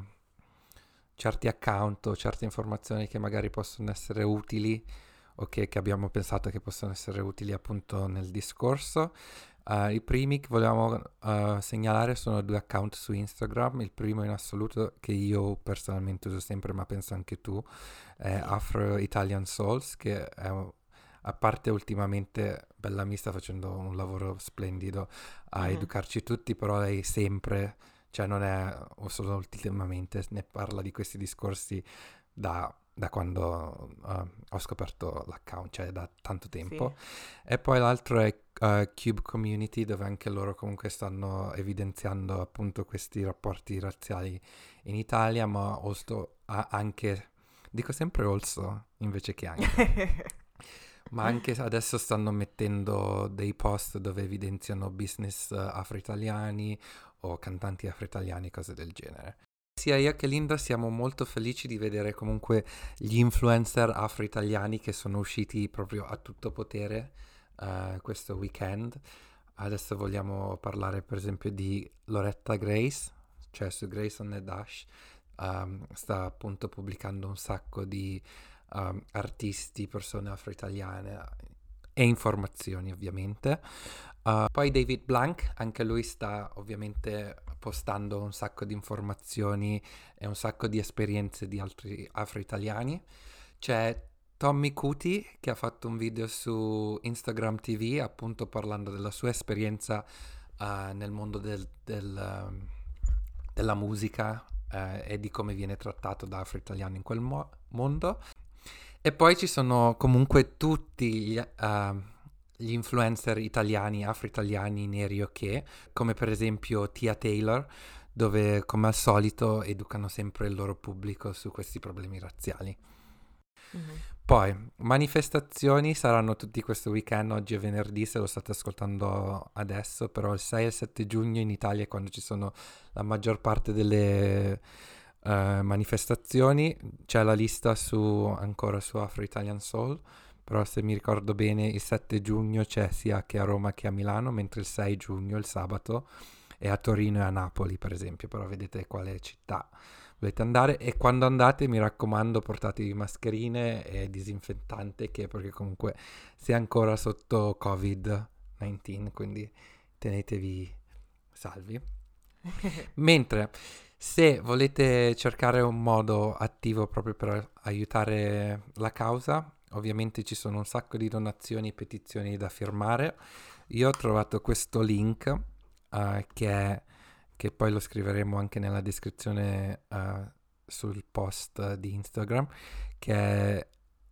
certi account o certe informazioni che magari possono essere utili o che, che abbiamo pensato che possono essere utili appunto nel discorso. Uh, I primi che volevamo uh, segnalare sono due account su Instagram. Il primo in assoluto che io personalmente uso sempre, ma penso anche tu, è Sì. Afro Italian Souls, che è, a parte ultimamente Bellamy sta facendo un lavoro splendido a Mhm. educarci tutti, però lei sempre, cioè non è o solo ultimamente, ne parla di questi discorsi da, da quando uh, ho scoperto l'account, cioè da tanto Sì. tempo. E poi l'altro è uh, Cube Community, dove anche loro comunque stanno evidenziando appunto questi rapporti razziali in Italia, ma also, ha anche, dico sempre also invece che anche, ma anche adesso stanno mettendo dei post dove evidenziano business uh, afro-italiani o cantanti afro-italiani, cose del genere. Sia io che Linda siamo molto felici di vedere comunque gli influencer afro-italiani che sono usciti proprio a tutto potere uh, questo weekend. Adesso vogliamo parlare per esempio di Loretta Grace, cioè su Grace on the Dash. Um, sta appunto pubblicando un sacco di um, artisti, persone afro-italiane e informazioni ovviamente. Uh, poi David Blank, anche lui sta ovviamente postando un sacco di informazioni e un sacco di esperienze di altri afro-italiani. C'è Tommy Cuti che ha fatto un video su Instagram T V appunto parlando della sua esperienza uh, nel mondo del, del, um, della musica uh, e di come viene trattato da afro-italiani in quel mo- mondo. E poi ci sono comunque tutti gli, uh, gli influencer italiani, afro-italiani, neri o che, come per esempio Tia Taylor, dove come al solito educano sempre il loro pubblico su questi problemi razziali. Mhm. Poi, manifestazioni saranno tutti questo weekend, oggi è venerdì se lo state ascoltando adesso, però il sei e il sette giugno in Italia è quando ci sono la maggior parte delle uh, manifestazioni. C'è la lista su, ancora su Afro Italian Soul, però se mi ricordo bene il sette giugno c'è sia che a Roma che a Milano, mentre il sei giugno, il sabato, è a Torino e a Napoli per esempio, però vedete quale città volete andare, e quando andate mi raccomando portatevi mascherine e disinfettante, che perché comunque si è ancora sotto covid diciannove, quindi tenetevi salvi. Mentre se volete cercare un modo attivo proprio per aiutare la causa, ovviamente ci sono un sacco di donazioni e petizioni da firmare. Io ho trovato questo link uh, che è che poi lo scriveremo anche nella descrizione uh, sul post di Instagram, che è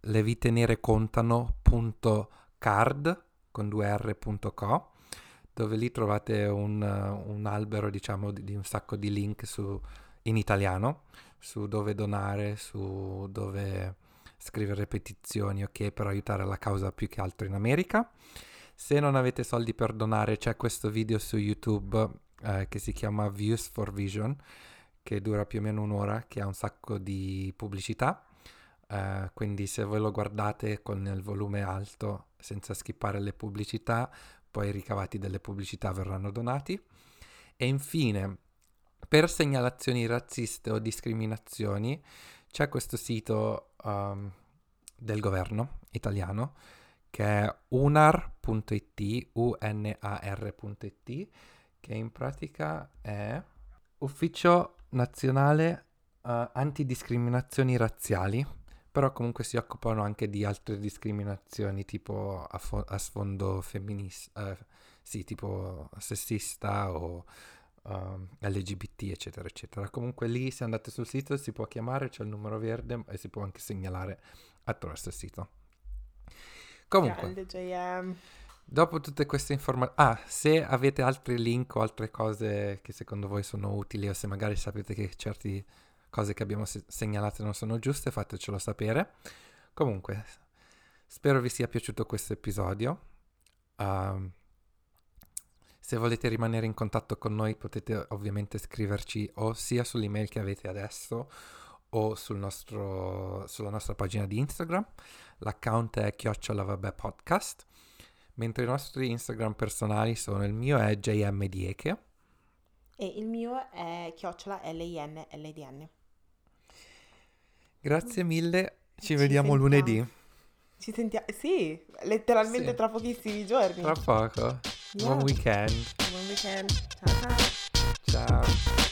levitenerecontano.card con due r punto co, dove lì trovate un, uh, un albero, diciamo, di, di un sacco di link su, in italiano, su dove donare, su dove scrivere petizioni, ok, per aiutare la causa più che altro in America. Se non avete soldi per donare, c'è questo video su YouTube Uh, che si chiama Views for Vision, che dura più o meno un'ora, che ha un sacco di pubblicità, uh, quindi se voi lo guardate con il volume alto senza skippare le pubblicità, poi i ricavati delle pubblicità verranno donati. E infine, per segnalazioni razziste o discriminazioni c'è questo sito um, del governo italiano che è unar punto it, u n a r punto it, che in pratica è Ufficio Nazionale uh, Antidiscriminazioni Razziali, però comunque si occupano anche di altre discriminazioni tipo a, fo- a sfondo femminista, uh, sì, tipo sessista o uh, L G B T, eccetera, eccetera. Comunque lì, se andate sul sito, si può chiamare, c'è il numero verde e si può anche segnalare attraverso il sito. Comunque, Grande J M. Dopo tutte queste informazioni, ah, se avete altri link o altre cose che secondo voi sono utili, o se magari sapete che certe cose che abbiamo se- segnalate non sono giuste, fatecelo sapere. Comunque, spero vi sia piaciuto questo episodio. Uh, se volete rimanere in contatto con noi potete ovviamente scriverci o sia sull'email che avete adesso o sul nostro, sulla nostra pagina di Instagram. L'account è chiocciola vabbè podcast. Mentre i nostri Instagram personali sono, il mio è J M Dieke e il mio è chiocciola L I N L D N. Grazie mille, ci, Ci vediamo sentiamo. lunedì. Ci sentiamo, sì, letteralmente Sì. tra pochissimi giorni. Tra poco. Yeah. Buon weekend. Buon weekend. Ciao ciao. Ciao.